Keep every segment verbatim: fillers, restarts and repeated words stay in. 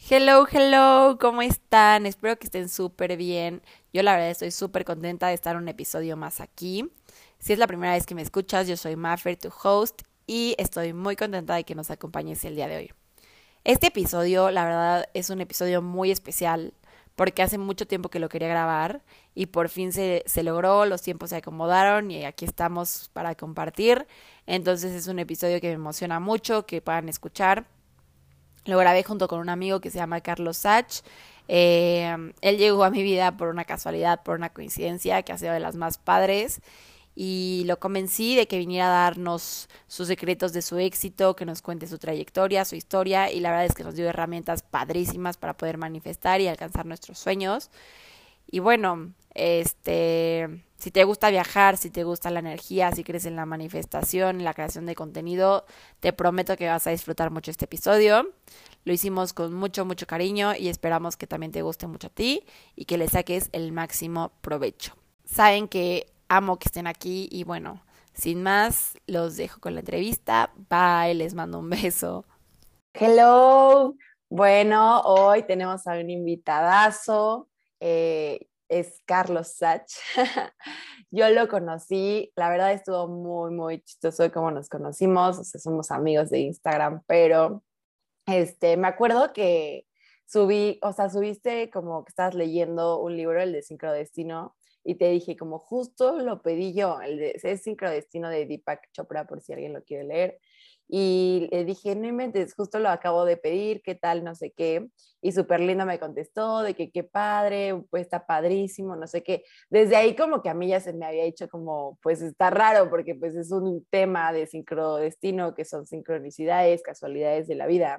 Hello, hello, ¿cómo están? Espero que estén súper bien. Yo la verdad estoy súper contenta de estar un episodio más aquí. Si es la primera vez que me escuchas, yo soy Maffer, tu host, y estoy muy contenta de que nos acompañes el día de hoy. Este episodio, la verdad, es un episodio muy especial porque hace mucho tiempo que lo quería grabar y por fin se, se logró, los tiempos se acomodaron y aquí estamos para compartir. Entonces es un episodio que me emociona mucho que puedan escuchar. Lo grabé junto con un amigo que se llama Carlos Sach. Eh, él llegó a mi vida por una casualidad, por una coincidencia que ha sido de las más padres. Y lo convencí de que viniera a darnos sus secretos de su éxito, que nos cuente su trayectoria, su historia. Y la verdad es que nos dio herramientas padrísimas para poder manifestar y alcanzar nuestros sueños. Y bueno, este, si te gusta viajar, si te gusta la energía, si crees en la manifestación, en la creación de contenido, te prometo que vas a disfrutar mucho este episodio. Lo hicimos con mucho, mucho cariño y esperamos que también te guste mucho a ti y que le saques el máximo provecho. Saben que amo que estén aquí y bueno, sin más, los dejo con la entrevista. Bye, les mando un beso. Hello, bueno, hoy tenemos a un invitadazo, eh, es Carlos Sach. Yo lo conocí, la verdad estuvo muy, muy chistoso cómo nos conocimos, o sea, somos amigos de Instagram, pero este, me acuerdo que subí, o sea, subiste como que estabas leyendo un libro, el de Sincrodestino, y te dije como justo lo pedí yo, el de es Sincrodestino de Deepak Chopra, por si alguien lo quiere leer. Y le dije, no inventes, justo lo acabo de pedir, ¿qué tal? No sé qué. Y súper lindo me contestó de que qué padre, pues está padrísimo, no sé qué. Desde ahí como que a mí ya se me había dicho como, pues está raro, porque pues es un tema de sincrodestino, que son sincronicidades, casualidades de la vida.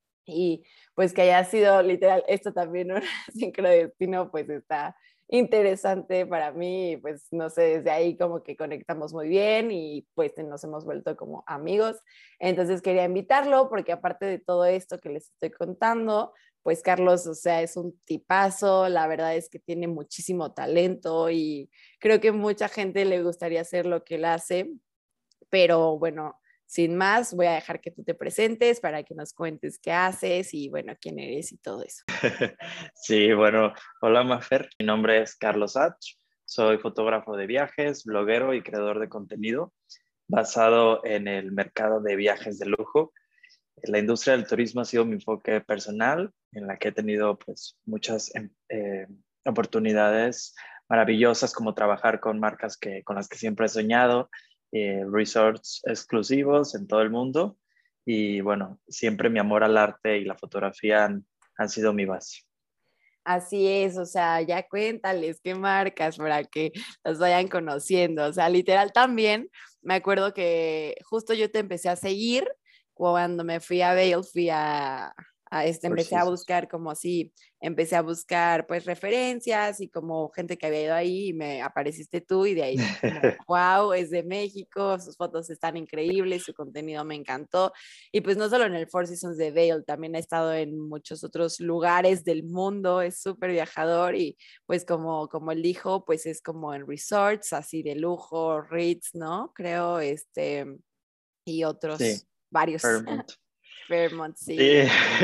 Y pues que haya sido literal esto también un sincrodestino, pues está interesante para mí, pues no sé, desde ahí como que conectamos muy bien y pues nos hemos vuelto como amigos. Entonces quería invitarlo porque aparte de todo esto que les estoy contando, pues Carlos, o sea, es un tipazo, la verdad es que tiene muchísimo talento y creo que mucha gente le gustaría hacer lo que él hace, pero bueno, sin más, voy a dejar que tú te presentes para que nos cuentes qué haces y bueno, quién eres y todo eso. Sí, bueno, hola Mafer, mi nombre es Carlos Sach, soy fotógrafo de viajes, bloguero y creador de contenido basado en el mercado de viajes de lujo. La industria del turismo ha sido mi enfoque personal, en la que he tenido pues muchas em, eh, oportunidades maravillosas como trabajar con marcas que, con las que siempre he soñado, eh, resorts exclusivos en todo el mundo y bueno, siempre mi amor al arte y la fotografía han, han sido mi base. Así es, o sea, ya cuéntales qué marcas para que los vayan conociendo. O sea, literal también me acuerdo que justo yo te empecé a seguir cuando me fui a Vail, fui a, a este, Four empecé a Seasons. buscar como así, empecé a buscar pues referencias y como gente que había ido ahí y me apareciste tú y de ahí dije como, wow, es de México, sus fotos están increíbles, su contenido me encantó. Y pues no solo en el Four Seasons de Vail, también ha estado en muchos otros lugares del mundo, es súper viajador y pues como, como él dijo, pues es como en resorts, así de lujo, Ritz, ¿no? Creo, este, y Sí, otros, varios. Paramount. Fairmont, Sí, sí.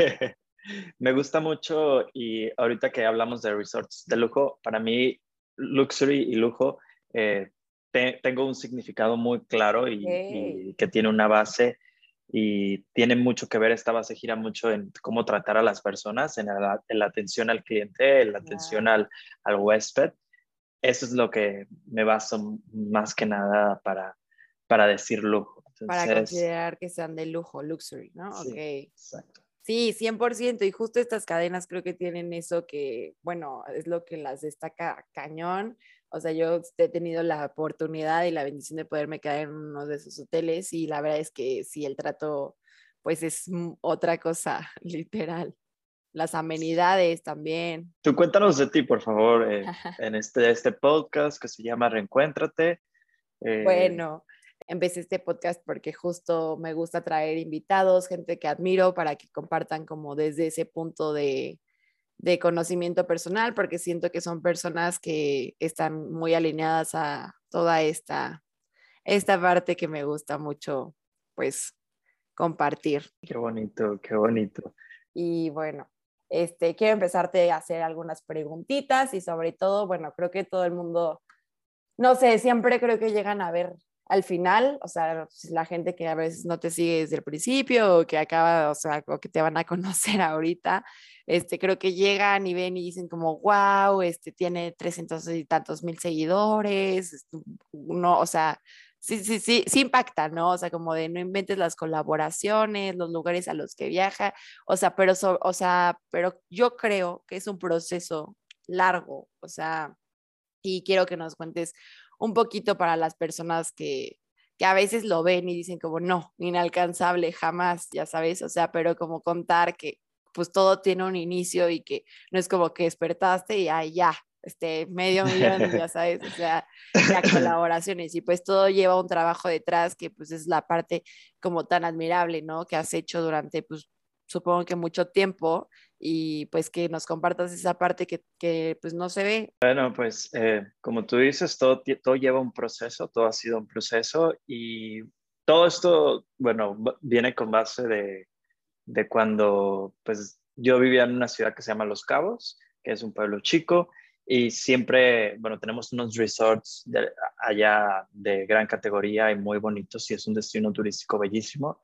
me gusta mucho y ahorita que hablamos de resorts de lujo, para mí luxury y lujo eh, te- tengo un significado muy claro y, Okay. y que tiene una base y tiene mucho que ver, esta base gira mucho en cómo tratar a las personas, en la, en la atención al cliente, en la atención Wow. al, al huésped. Eso es lo que me baso más que nada para, para decir lujo. Para Entonces, considerar que sean de lujo, luxury, ¿no? Ok. sí, exacto. Sí, cien por ciento. Y justo estas cadenas creo que tienen eso que, bueno, es lo que las destaca cañón. O sea, yo he tenido la oportunidad y la bendición de poderme quedar en uno de esos hoteles y la verdad es que sí, el trato, pues es mm, otra cosa, literal. Las amenidades también. Tú cuéntanos de ti, por favor, eh, en este, este podcast que se llama Reencuéntrate. Eh, Bueno, empecé este podcast porque justo me gusta traer invitados, gente que admiro para que compartan como desde ese punto de de conocimiento personal, porque siento que son personas que están muy alineadas a toda esta, esta parte que me gusta mucho, pues, compartir. qué bonito, qué bonito. Y bueno. Este, quiero empezarte a hacer algunas preguntitas y sobre todo, bueno, creo que todo el mundo, no sé, siempre creo que llegan a ver al final, o sea, la gente que a veces no te sigue desde el principio o que acaba, o sea, o que te van a conocer ahorita, este, creo que llegan y ven y dicen como, wow, este, tiene trescientos y tantos mil seguidores, este, no, o sea, sí, sí, sí, sí impacta, ¿no? O sea, como de no inventes las colaboraciones, los lugares a los que viaja, o sea, pero, so, o sea, pero yo creo que es un proceso largo, o sea, y quiero que nos cuentes un poquito para las personas que, que a veces lo ven y dicen como, no, inalcanzable, jamás, ya sabes, o sea, pero como contar que pues todo tiene un inicio y que no es como que despertaste y ay, ya, este, medio millón, ya sabes, o sea, ya colaboraciones y pues todo lleva un trabajo detrás que pues es la parte como tan admirable, ¿no? Que has hecho durante pues supongo que mucho tiempo y pues que nos compartas esa parte que, que pues no se ve. Bueno, pues eh, como tú dices, todo, ti- todo lleva un proceso, todo ha sido un proceso y todo esto, bueno, b- viene con base de, de cuando pues yo vivía en una ciudad que se llama Los Cabos, que es un pueblo chico y siempre, bueno, tenemos unos resorts de- allá de gran categoría y muy bonitos y es un destino turístico bellísimo.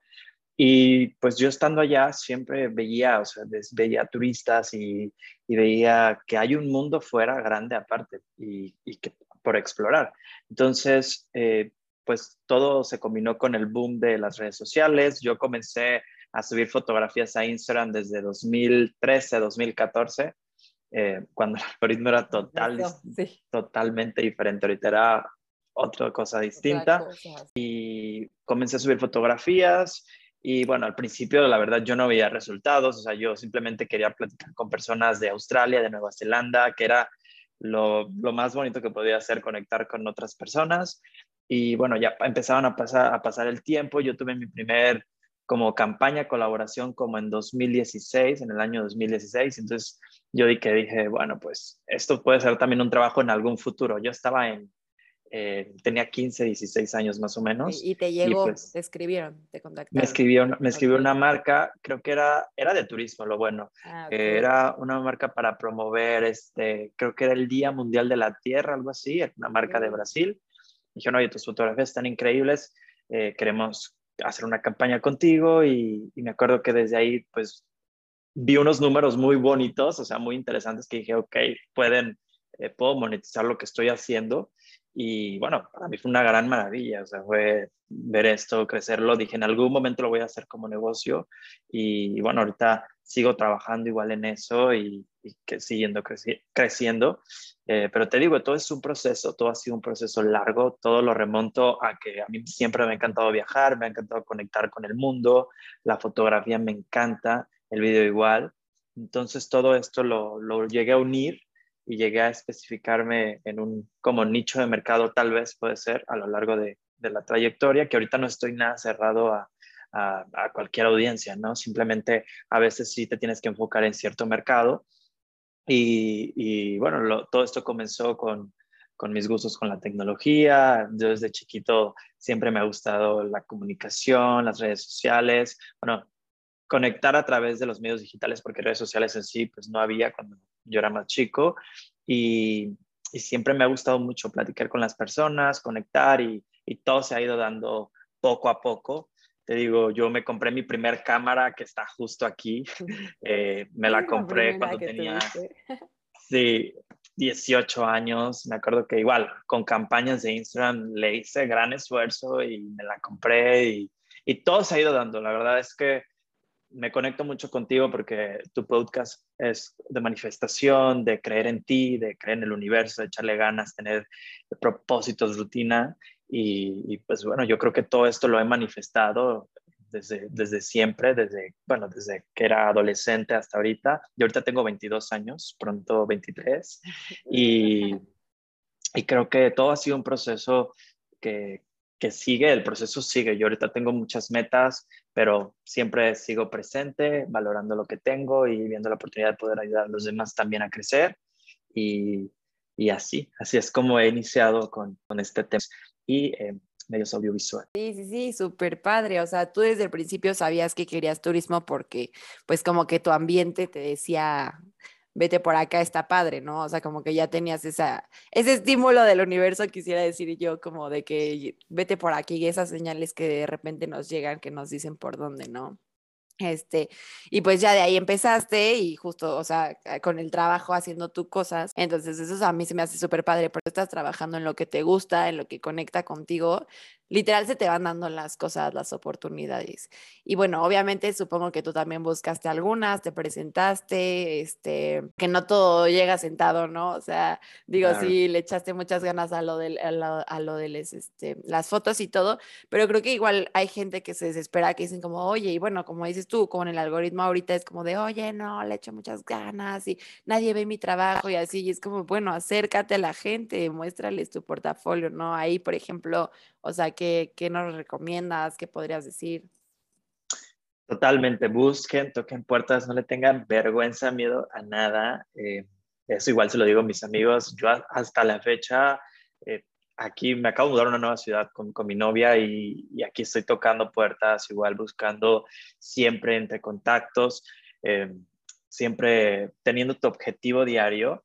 Y pues yo estando allá siempre veía, o sea, des- veía turistas y, y veía que hay un mundo fuera grande aparte y, y que por explorar. Entonces, eh, pues todo se combinó con el boom de las redes sociales. Yo comencé a subir fotografías a Instagram desde dos mil trece, dos mil catorce, eh, cuando el algoritmo era total, Empezó, sí, totalmente diferente. Ahorita era otra cosa otra distinta cosa. y comencé a subir fotografías y bueno, al principio la verdad yo no veía resultados, o sea, yo simplemente quería platicar con personas de Australia, de Nueva Zelanda, que era lo, lo más bonito que podía hacer, conectar con otras personas. Y bueno, ya empezaban a pasar, a pasar el tiempo, yo tuve mi primer como campaña, colaboración como en dos mil dieciséis, en el año dos mil dieciséis, entonces yo di que dije, bueno, pues esto puede ser también un trabajo en algún futuro. Yo estaba en, eh, tenía quince dieciséis años más o Ok, menos y te y llegó, pues te escribieron, te me contactaron. escribió, una- me Ok. escribió una marca, creo que era, era de turismo, lo bueno. Ah, Eh, ok. era una marca para promover, este, creo que era el Día Mundial de la Tierra, algo así, era una marca de Ok. Brasil. Dijeron, oye, tus fotografías están increíbles, eh, queremos hacer una campaña contigo y, y me acuerdo que desde ahí, pues, vi unos números muy bonitos, o sea, muy interesantes que dije, ok, pueden, eh, puedo monetizar lo que estoy haciendo. Y bueno, para mí fue una gran maravilla, o sea, fue ver esto, crecerlo. Dije, en algún momento lo voy a hacer como negocio. Y, bueno, ahorita sigo trabajando igual en eso y, y que siguiendo creci creciendo. Eh, pero te digo, todo es un proceso, todo ha sido un proceso largo, todo lo remonto a que a mí siempre me ha encantado viajar, me ha encantado conectar con el mundo, la fotografía me encanta, el video igual. Entonces todo esto lo, lo llegué a unir y llegué a especificarme en un como nicho de mercado tal vez puede ser a lo largo de, de la trayectoria, que ahorita no estoy nada cerrado a, a, a cualquier audiencia, ¿no? Simplemente a veces sí te tienes que enfocar en cierto mercado y, y bueno, lo, todo esto comenzó con, con mis gustos con la tecnología. Yo desde chiquito siempre me ha gustado la comunicación, las redes sociales. Bueno, conectar a través de los medios digitales, porque redes sociales en sí, pues no había cuando yo era más chico. Y, y siempre me ha gustado mucho platicar con las personas, conectar y, y todo se ha ido dando poco a poco. Te digo, yo me compré mi primer cámara que está justo aquí. Eh, me ¿Cuál la es la compré primera cuando que tenía, tuviste? sí, dieciocho años. Me acuerdo que igual con campañas de Instagram le hice gran esfuerzo y me la compré y, y todo se ha ido dando. La verdad es que me conecto mucho contigo porque tu podcast es de manifestación, de creer en ti, de creer en el universo, de echarle ganas, tener propósitos, rutina. Y, y pues bueno, yo creo que todo esto lo he manifestado desde, desde siempre, desde, bueno, desde que era adolescente hasta ahorita. Yo ahorita tengo veintidós años, pronto veintitrés. Y, y creo que todo ha sido un proceso que, que sigue, el proceso sigue. Yo ahorita tengo muchas metas, pero siempre sigo presente, valorando lo que tengo y viendo la oportunidad de poder ayudar a los demás también a crecer. Y, y así, así es como he iniciado con, con este tema. Y eh, medios audiovisuales. Sí, sí, sí, súper padre. O sea, tú desde el principio sabías que querías turismo porque, pues, como que tu ambiente te decía, vete por acá, está padre, ¿no? O sea, como que ya tenías esa, ese estímulo del universo, quisiera decir yo, como de que vete por aquí, y esas señales que de repente nos llegan, que nos dicen por dónde, ¿no? Este, y pues ya de ahí empezaste y justo, o sea, con el trabajo haciendo tus cosas. Entonces, eso a mí se me hace súper padre porque estás trabajando en lo que te gusta, en lo que conecta contigo. Literal se te van dando las cosas, las oportunidades. Y bueno, obviamente supongo que tú también buscaste algunas, te presentaste, este, que no todo llega sentado, ¿no? O sea, digo, Claro. sí, le echaste muchas ganas a lo del, a lo, a lo de les, este, las fotos y todo, pero creo que igual hay gente que se desespera, que dicen como, oye, y bueno, como dices tú, con el algoritmo ahorita es como de, oye, no, le echo muchas ganas y nadie ve mi trabajo y así, y es como, bueno, acércate a la gente, muéstrales tu portafolio, ¿no? Ahí, por ejemplo, o sea, ¿qué, qué nos recomiendas? ¿Qué podrías decir? Totalmente, busquen, toquen puertas, no le tengan vergüenza, miedo a nada. Eh, eso igual se lo digo a mis amigos. Yo a- hasta la fecha, eh, aquí me acabo de mudar a una nueva ciudad con, con mi novia y, y aquí estoy tocando puertas, igual buscando siempre entre contactos, eh, siempre teniendo tu objetivo diario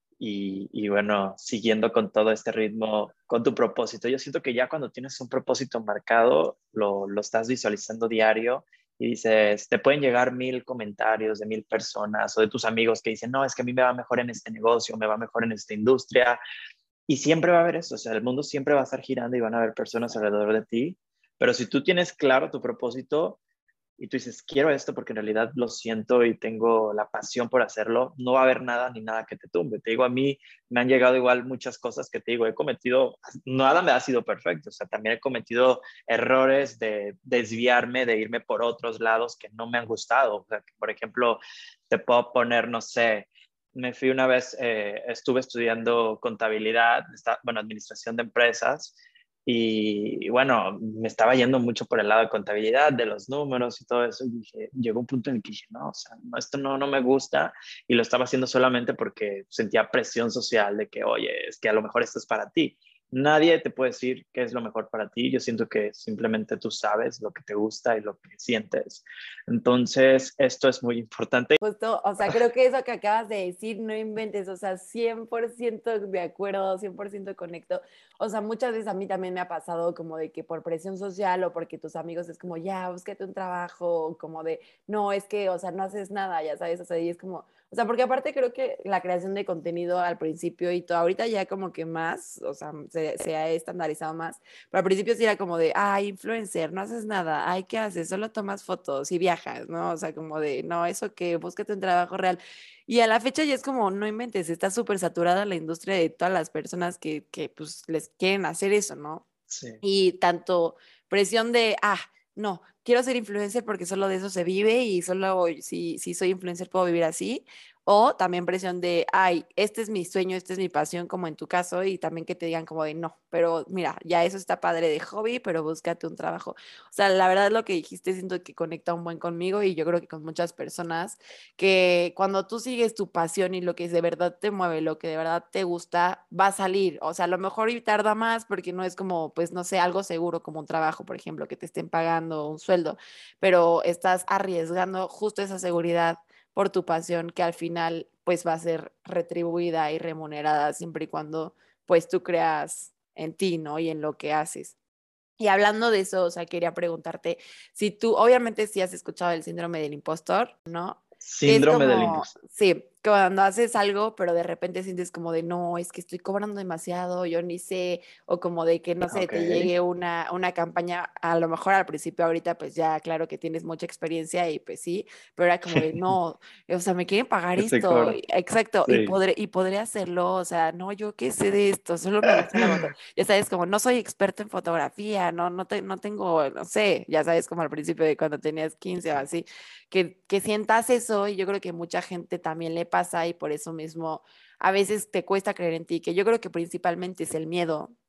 y, y bueno, siguiendo con todo este ritmo, con tu propósito. Yo siento que ya cuando tienes un propósito marcado, lo, lo estás visualizando diario y dices, te pueden llegar mil comentarios de mil personas o de tus amigos que dicen, no, es que a mí me va mejor en este negocio, me va mejor en esta industria. Y siempre va a haber eso, o sea, el mundo siempre va a estar girando y van a haber personas alrededor de ti. Pero si tú tienes claro tu propósito, y tú dices, quiero esto porque en realidad lo siento y tengo la pasión por hacerlo, no va a haber nada ni nada que te tumbe. Te digo, a mí me han llegado igual muchas cosas que te digo, he cometido, nada me ha sido perfecto, o sea, también he cometido errores de desviarme, de irme por otros lados que no me han gustado. O sea, que, por ejemplo, te puedo poner, no sé, me fui una vez, eh, estuve estudiando contabilidad, está, bueno, administración de empresas, y, y bueno, me estaba yendo mucho por el lado de contabilidad, de los números y todo eso. Y dije, llegó un punto en el que dije, no, o sea, no, esto no, no me gusta. Y lo estaba haciendo solamente porque sentía presión social de que, oye, es que a lo mejor esto es para ti. Nadie te puede decir qué es lo mejor para ti. Yo siento que simplemente tú sabes lo que te gusta y lo que sientes. Entonces, esto es muy importante. Justo, o sea, creo que eso que acabas de decir, no inventes, o sea, cien por ciento de acuerdo, cien por ciento conecto. O sea, muchas veces a mí también me ha pasado como de que por presión social o porque tus amigos es como, ya, búscate un trabajo, o como de, no, es que, o sea, no haces nada, ya sabes, o sea, y es como, o sea, porque aparte creo que la creación de contenido al principio y todo, ahorita ya como que más, o sea, se, se ha estandarizado más, pero al principio sí era como de, ay, influencer, no haces nada, ay, ¿qué haces? Solo tomas fotos y viajas, ¿no? O sea, como de, no, eso que búscate un trabajo real. Y a la fecha ya es como, no inventes, está súper saturada la industria de todas las personas que, que pues les quieren hacer eso, ¿no? Sí. Y tanto presión de, ah, no, quiero ser influencer porque solo de eso se vive y solo si, si soy influencer puedo vivir así. O también presión de, ay, este es mi sueño, esta es mi pasión, como en tu caso, y también que te digan como de, no, pero mira, ya eso está padre de hobby, pero búscate un trabajo. O sea, la verdad lo que dijiste siento que conecta un buen conmigo y yo creo que con muchas personas, que cuando tú sigues tu pasión y lo que de verdad te mueve, lo que de verdad te gusta, va a salir. O sea, a lo mejor y tarda más porque no es como, pues, no sé, algo seguro como un trabajo, por ejemplo, que te estén pagando un sueldo, pero estás arriesgando justo esa seguridad por tu pasión que al final, pues, va a ser retribuida y remunerada siempre y cuando, pues, tú creas en ti, ¿no? Y en lo que haces. Y hablando de eso, o sea, quería preguntarte si tú, obviamente sí has escuchado el síndrome del impostor, ¿no? Que es Síndrome del como, impostor. sí, cuando haces algo, pero de repente sientes como de, no, es que estoy cobrando demasiado, yo ni sé, o como de que, no sé, Ok. te llegue una, una campaña, a lo mejor al principio ahorita, pues ya, claro que tienes mucha experiencia y pues sí, pero era como de, no, o sea, me quieren pagar Estoy esto, cobra. y- exacto, y Sí. podré, y podré hacerlo, o sea, no, yo qué sé de esto, solo me gusta la foto. Ya sabes, como no soy experto en fotografía, no, no, te, no tengo, no sé, ya sabes, como al principio de cuando tenías quince o Sí. así, que, que sientas eso y yo creo que mucha gente también le pasa y por eso mismo a veces te cuesta creer en ti, que yo creo que principalmente es el miedo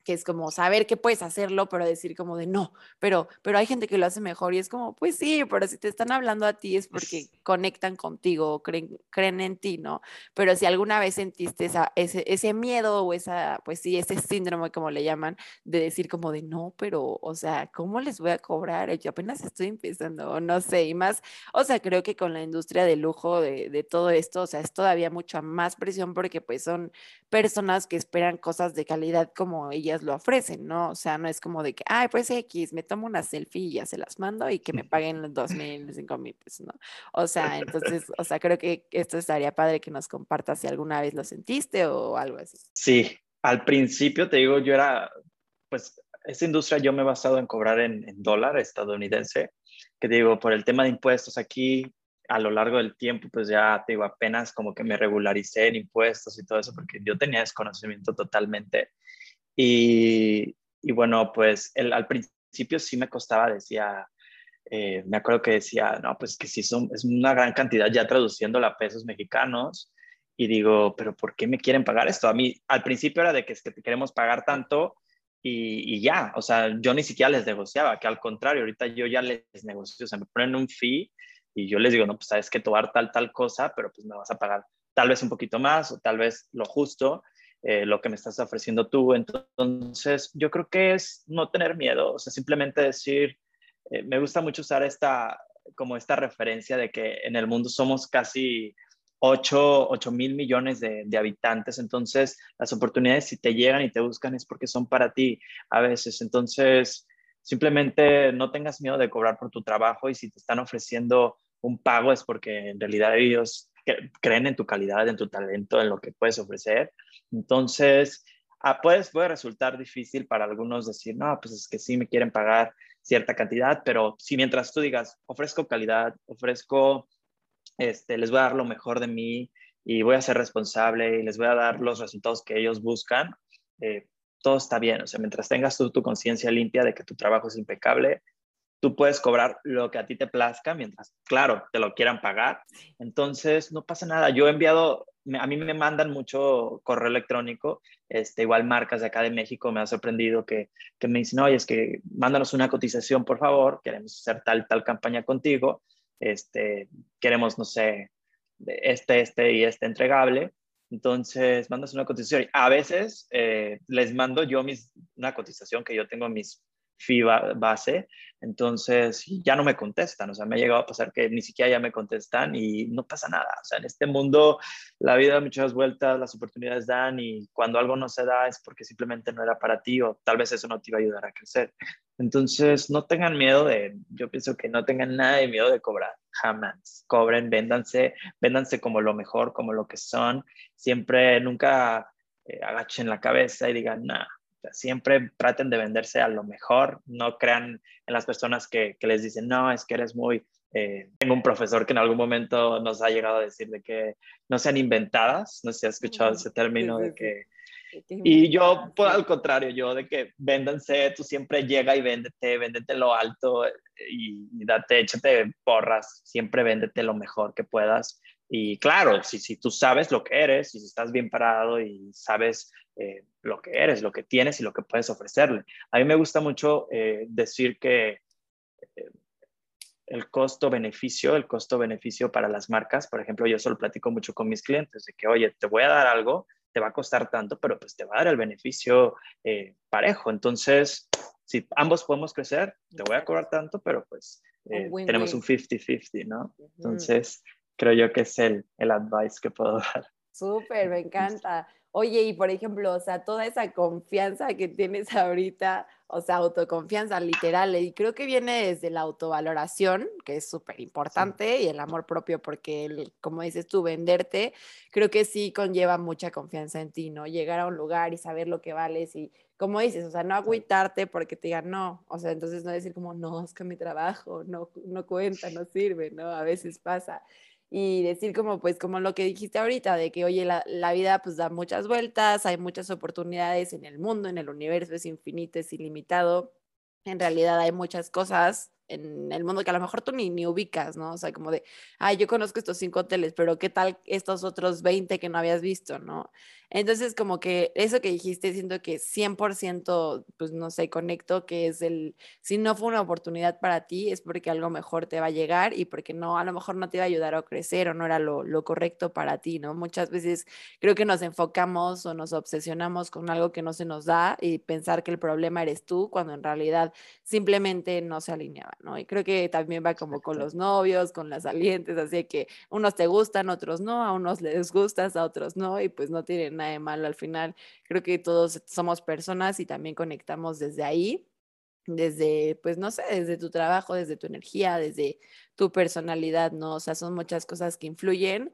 que es como saber que puedes hacerlo, pero decir como de no, pero, pero hay gente que lo hace mejor y es como, pues sí, pero si te están hablando a ti es porque Es- conectan contigo, creen, creen en ti, ¿no? Pero si alguna vez sentiste esa, ese, ese miedo o esa, pues sí, ese síndrome, como le llaman, de decir como de no, pero, o sea, ¿cómo les voy a cobrar? Yo apenas estoy empezando, o no sé, y más, o sea, creo que con la industria de lujo de, de todo esto, o sea, es todavía mucha más presión porque pues son personas que esperan cosas de calidad como ellas lo ofrecen, ¿no? O sea, no es como de que, ay, pues X, me tomo una selfie y ya se las mando y que me paguen los dos mil, cinco mil pesos, ¿no? O sea, entonces, o sea, creo que esto estaría padre que nos compartas si alguna vez lo sentiste o algo así. Sí, al principio te digo, yo era, pues, esta industria yo me he basado en cobrar en, en dólar estadounidense, que te digo, por el tema de impuestos aquí, a lo largo del tiempo, pues ya te digo, apenas como que me regularicé en impuestos y todo eso, porque yo tenía desconocimiento totalmente. Y, y bueno, pues el, al principio sí me costaba, decía, eh, me acuerdo que decía, no, pues que sí son, es una gran cantidad ya traduciéndola a pesos mexicanos. Y digo, pero ¿por qué me quieren pagar esto? A mí al principio era de que es que te queremos pagar tanto y, y ya, o sea, yo ni siquiera les negociaba, que al contrario, ahorita yo ya les negocio, o sea, me ponen un fee y yo les digo, no, pues sabes que tomar tal, tal cosa, pero pues me vas a pagar tal vez un poquito más o tal vez lo justo, eh, lo que me estás ofreciendo tú. Entonces, yo creo que es no tener miedo, o sea, simplemente decir, eh, me gusta mucho usar esta, como esta referencia de que en el mundo somos casi ocho mil millones de, de, habitantes, entonces las oportunidades si te llegan y te buscan es porque son para ti a veces, entonces simplemente no tengas miedo de cobrar por tu trabajo y si te están ofreciendo un pago es porque en realidad ellos creen en tu calidad, en tu talento, en lo que puedes ofrecer, entonces ah, pues, puede resultar difícil para algunos decir, no, pues es que sí me quieren pagar cierta cantidad, pero si mientras tú digas, ofrezco calidad, ofrezco, este, les voy a dar lo mejor de mí y voy a ser responsable y les voy a dar los resultados que ellos buscan, eh, todo está bien. O sea, mientras tengas tú tu conciencia limpia de que tu trabajo es impecable, tú puedes cobrar lo que a ti te plazca mientras, claro, te lo quieran pagar. Entonces, no pasa nada. Yo he enviado, a mí me mandan mucho correo electrónico, este, igual marcas de acá de México me ha sorprendido que, que me dicen, oye, es que mándanos una cotización, por favor, queremos hacer tal, tal campaña contigo, este, queremos, no sé, este, este y este entregable. Entonces, mandas una cotización. A veces eh, les mando yo mis, una cotización que yo tengo mis fee base, entonces ya no me contestan, o sea, me ha llegado a pasar que ni siquiera ya me contestan y no pasa nada, o sea, en este mundo la vida da muchas vueltas, las oportunidades dan y cuando algo no se da es porque simplemente no era para ti o tal vez eso no te iba a ayudar a crecer. Entonces, no tengan miedo de, yo pienso que no tengan nada de miedo de cobrar, jamás. Cobren, véndanse, véndanse como lo mejor, como lo que son. Siempre, nunca eh, agachen la cabeza y digan, nada, siempre traten de venderse a lo mejor, no crean en las personas que, que les dicen, no, es que eres muy... Eh, tengo un profesor que en algún momento nos ha llegado a decir de que no sean inventadas, no sé si has escuchado ese Sí, término sí, de sí. que... Qué Y yo, inventada, pues sí. al contrario, yo de que véndanse, tú siempre llega y véndete, véndete lo alto eh, y, y date, échate porras, siempre véndete lo mejor que puedas. Y claro, si, si tú sabes lo que eres y si estás bien parado y sabes eh, lo que eres, lo que tienes y lo que puedes ofrecerle. A mí me gusta mucho eh, decir que eh, el costo-beneficio, el costo-beneficio para las marcas, por ejemplo, yo solo platico mucho con mis clientes de que, oye, te voy a dar algo, te va a costar tanto, pero pues te va a dar el beneficio eh, parejo. Entonces, si ambos podemos crecer, te voy a Exacto. cobrar tanto, pero pues Un eh, tenemos un win-win. cincuenta cincuenta, ¿no? Ujú. Entonces, creo yo que es el, el advice que puedo dar. Súper, me encanta. Oye, y por ejemplo, o sea, toda esa confianza que tienes ahorita, o sea, autoconfianza literal, y creo que viene desde la autovaloración, que es súper Sí. importante, y el amor propio, porque, el- como dices tú, venderte, creo que sí conlleva mucha confianza en ti, ¿no? Llegar a un lugar y saber lo que vales y, como dices, o sea, no agüitarte porque te digan no, o sea, entonces no decir como, no, es que mi trabajo no, no cuenta, no sirve, ¿no? A veces pasa y decir como pues como lo que dijiste ahorita, de que oye, la, la vida pues da muchas vueltas, hay muchas oportunidades en el mundo, en el universo, es infinito, es ilimitado, en realidad hay muchas cosas, en el mundo que a lo mejor tú ni, ni ubicas, ¿no? O sea, como de, ay, yo conozco estos cinco hoteles, pero ¿qué tal estos otros veinte que no habías visto, ¿no? Entonces, como que eso que dijiste, siento que cien por ciento, pues no sé, conecto, que es el, si no fue una oportunidad para ti, es porque algo mejor te va a llegar y porque no, a lo mejor no te iba a ayudar a crecer o no era lo, lo correcto para ti, ¿no? Muchas veces creo que nos enfocamos o nos obsesionamos con algo que no se nos da y pensar que el problema eres tú, cuando en realidad simplemente no se alineaba, ¿no? Y creo que también va como con Exacto. los novios, con las salientes, así que unos te gustan, otros no, a unos les gustas, a otros no, y pues no tienen nada de malo al final. Creo que todos somos personas y también conectamos desde ahí, desde, pues no sé, desde tu trabajo, desde tu energía, desde tu personalidad, ¿no? O sea, son muchas cosas que influyen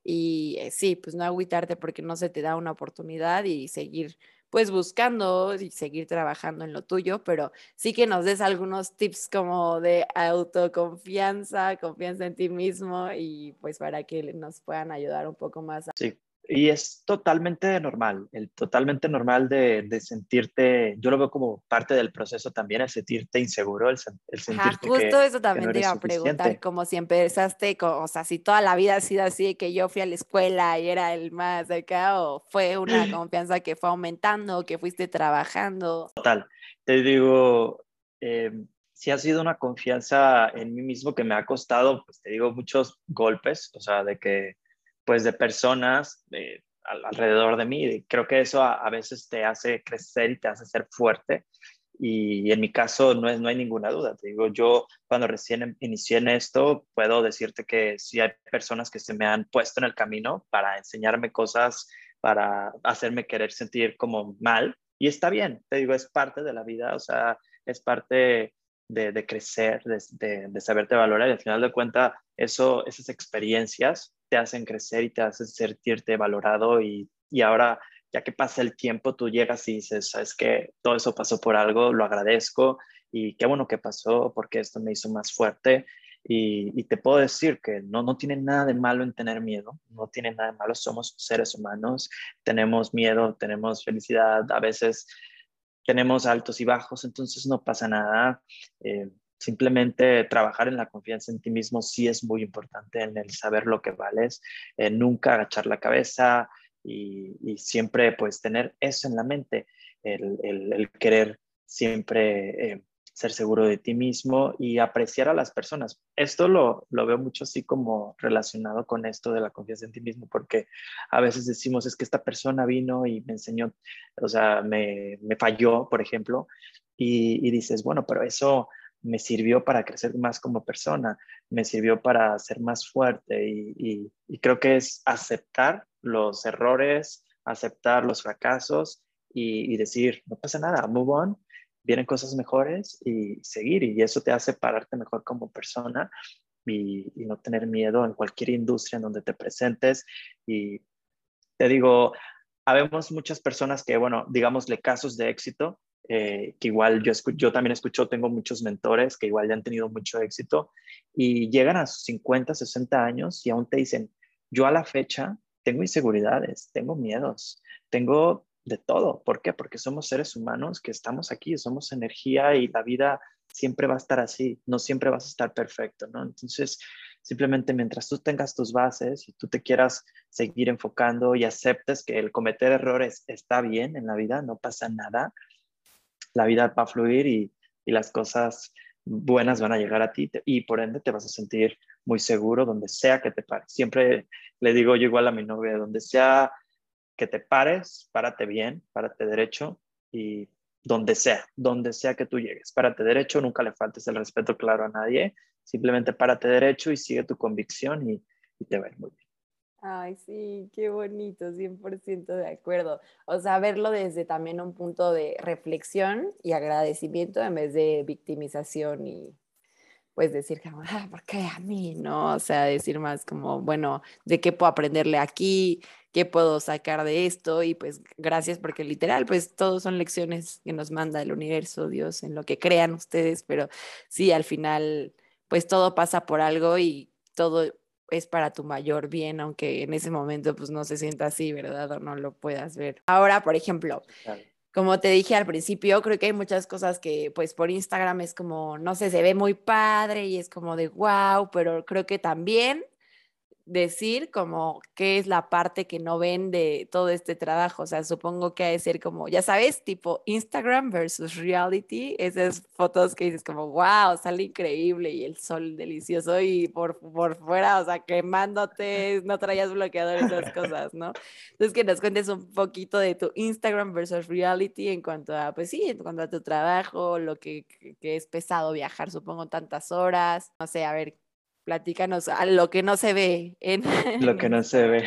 y eh, sí, pues no agüitarte porque no se te da una oportunidad y seguir pues buscando y seguir trabajando en lo tuyo, pero sí que nos des algunos tips como de autoconfianza, confianza en ti mismo y pues para que nos puedan ayudar un poco más. Sí, y es totalmente normal, el totalmente normal de, de sentirte, yo lo veo como parte del proceso también, el sentirte inseguro, el, sen- el Ajá, sentirte justo que, eso que no también te eres iba a preguntar, suficiente. como si empezaste, co- o sea, si toda la vida ha sido así, que yo fui a la escuela y era el más acá, o fue una confianza que fue aumentando, que fuiste trabajando. Te digo, eh, si ha sido una confianza en mí mismo que me ha costado, pues te digo, muchos golpes, o sea, de que, pues de personas eh, al- alrededor de mí, y creo que eso a, a veces te hace crecer y te hace ser fuerte. Y, en mi caso no, es, no hay ninguna duda. Te digo, yo cuando recién em- inicié en esto, puedo decirte que sí hay personas que se me han puesto en el camino para enseñarme cosas, para hacerme querer sentir como mal. Y está bien, te digo, es parte de la vida, o sea, es parte de, de crecer, de, de, de, saberte valorar y al final de cuentas, eso, esas experiencias te hacen crecer y te hacen sentirte valorado y, y ahora, ya que pasa el tiempo, tú llegas y dices, sabes que todo eso pasó por algo, lo agradezco y qué bueno que pasó porque esto me hizo más fuerte y, y, te puedo decir que no, no tiene nada de malo en tener miedo, no tiene nada de malo, somos seres humanos, tenemos miedo, tenemos felicidad, a veces tenemos altos y bajos, entonces no pasa nada. Eh, simplemente trabajar en la confianza en ti mismo sí es muy importante, en el saber lo que vales, eh, nunca agachar la cabeza y, y, siempre pues tener eso en la mente, el, el, el querer siempre eh, ser seguro de ti mismo y apreciar a las personas. Esto lo, lo veo mucho así como relacionado con esto de la confianza en ti mismo, porque a veces decimos, es que esta persona vino y me enseñó, o sea, me, me falló, por ejemplo, y, y dices, bueno, pero eso me sirvió para crecer más como persona, me sirvió para ser más fuerte y, y, y creo que es aceptar los errores, aceptar los fracasos y, y decir, no pasa nada, move on, vienen cosas mejores y seguir y eso te hace pararte mejor como persona y, y no tener miedo en cualquier industria en donde te presentes y te digo, habemos muchas personas que, bueno, digámosle casos de éxito, eh, que igual yo, escu- yo también escucho, tengo muchos mentores que igual ya han tenido mucho éxito y llegan a sus cincuenta, sesenta años y aún te dicen, yo a la fecha tengo inseguridades, tengo miedos, tengo de todo. ¿Por qué? Porque somos seres humanos que estamos aquí, somos energía y la vida siempre va a estar así, no siempre vas a estar perfecto, ¿no? Entonces, simplemente mientras tú tengas tus bases y tú te quieras seguir enfocando y aceptes que el cometer errores está bien en la vida, no pasa nada, la vida va a fluir y, y las cosas buenas van a llegar a ti te, y por ende te vas a sentir muy seguro donde sea que te pares. Siempre le digo yo igual a mi novia, donde sea que te pares, párate bien, párate derecho y donde sea, donde sea que tú llegues, párate derecho, nunca le faltes el respeto claro a nadie, simplemente párate derecho y sigue tu convicción y, y te va a ir muy bien. Ay, sí, qué bonito, cien por ciento de acuerdo. O sea, verlo desde también un punto de reflexión y agradecimiento en vez de victimización y pues decir como, ah, ¿por qué a mí? ¿No? O sea, decir más como, bueno, ¿de qué puedo aprenderle aquí? ¿Qué puedo sacar de esto? Y pues gracias porque literal, pues todos son lecciones que nos manda el universo, Dios, en lo que crean ustedes, pero sí, al final, pues todo pasa por algo y todo es para tu mayor bien, aunque en ese momento pues no se sienta así, ¿verdad? O no lo puedas ver. Ahora, por ejemplo, Total. Como te dije al principio, creo que hay muchas cosas que pues por Instagram es como, no sé, se ve muy padre y es como de wow, pero creo que también decir como qué es la parte que no ven de todo este trabajo. O sea, supongo que ha de ser como, ya sabes, tipo Instagram versus reality, esas fotos que dices como, wow, sale increíble y el sol delicioso y por, por fuera, o sea, quemándote, no traías bloqueador, esas cosas, ¿no? Entonces, que nos cuentes un poquito de tu Instagram versus reality en cuanto a, pues sí, en cuanto a tu trabajo, lo que, que es pesado viajar, supongo, tantas horas. No sé, a ver, platícanos a lo que no se ve en, Lo en que no se Instagram. ve.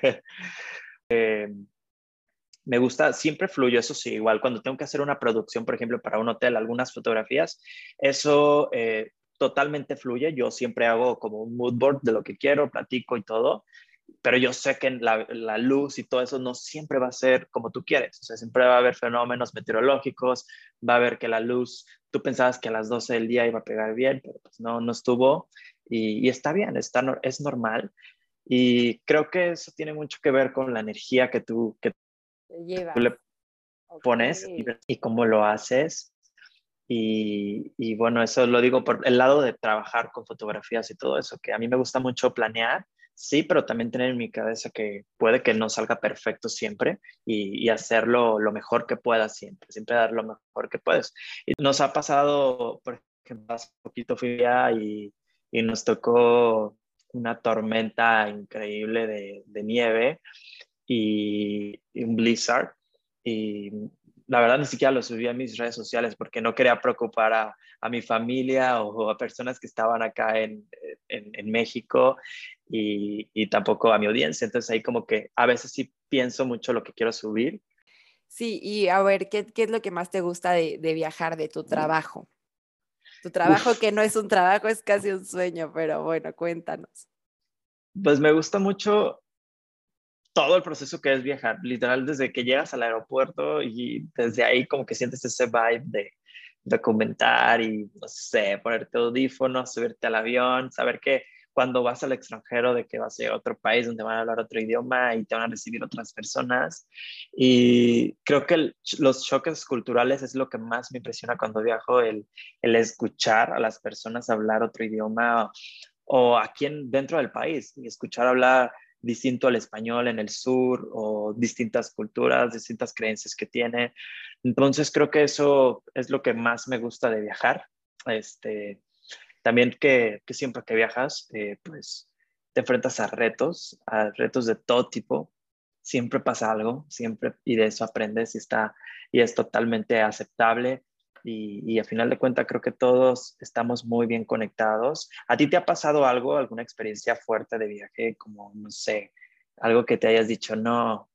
Eh, me gusta, siempre fluyo, eso sí, igual cuando tengo que hacer una producción, por ejemplo, para un hotel, algunas fotografías, eso eh, totalmente fluye. Yo siempre hago como un mood board de lo que quiero, platico y todo, pero yo sé que la, la luz y todo eso no siempre va a ser como tú quieres. O sea, siempre va a haber fenómenos meteorológicos, va a haber que la luz, tú pensabas que a las doce del día iba a pegar bien, pero pues no, no estuvo. Y, y está bien, está, no- es normal. Y creo que eso tiene mucho que ver con la energía que tú, que Te tú llevas. le Ok. pones y, y cómo lo haces. Y, y, bueno, eso lo digo por el lado de trabajar con fotografías y todo eso, que a mí me gusta mucho planear, sí, pero también tener en mi cabeza que puede que no salga perfecto siempre y, y hacerlo lo mejor que puedas siempre, siempre dar lo mejor que puedes. Y nos ha pasado, por ejemplo, hace poquito fui allá y, y nos tocó una tormenta increíble de, de nieve y, y un blizzard. Y la verdad ni siquiera lo subí a mis redes sociales porque no quería preocupar a, a mi familia o a personas que estaban acá en, en, en México y, y, tampoco a mi audiencia. Entonces ahí como que a veces sí pienso mucho lo que quiero subir. Sí, y a ver, ¿qué, qué es lo que más te gusta de, de viajar, de tu trabajo? Tu trabajo que Uf, no es un trabajo, es casi un sueño, pero bueno, cuéntanos. pues me gusta mucho todo el proceso que es viajar, literal desde que llegas al aeropuerto y desde ahí como que sientes ese vibe de documentar y, no sé, ponerte audífonos, subirte al avión, saber que cuando vas al extranjero de que vas a ir a otro país donde van a hablar otro idioma y te van a recibir otras personas. Y creo que el, los choques culturales es lo que más me impresiona cuando viajo, el, el escuchar a las personas hablar otro idioma o, o aquí en, dentro del país y escuchar hablar distinto al español en el sur o distintas culturas, distintas creencias que tiene. Entonces creo que eso es lo que más me gusta de viajar. Este, también que, que siempre que viajas, eh, pues te enfrentas a retos, a retos de todo tipo. Siempre pasa algo, siempre, y de eso aprendes y está, y es totalmente aceptable. Y, y a final de cuentas creo que todos estamos muy bien conectados. ¿A ti te ha pasado algo, alguna experiencia fuerte de viaje, como, no sé, algo que te hayas dicho, no,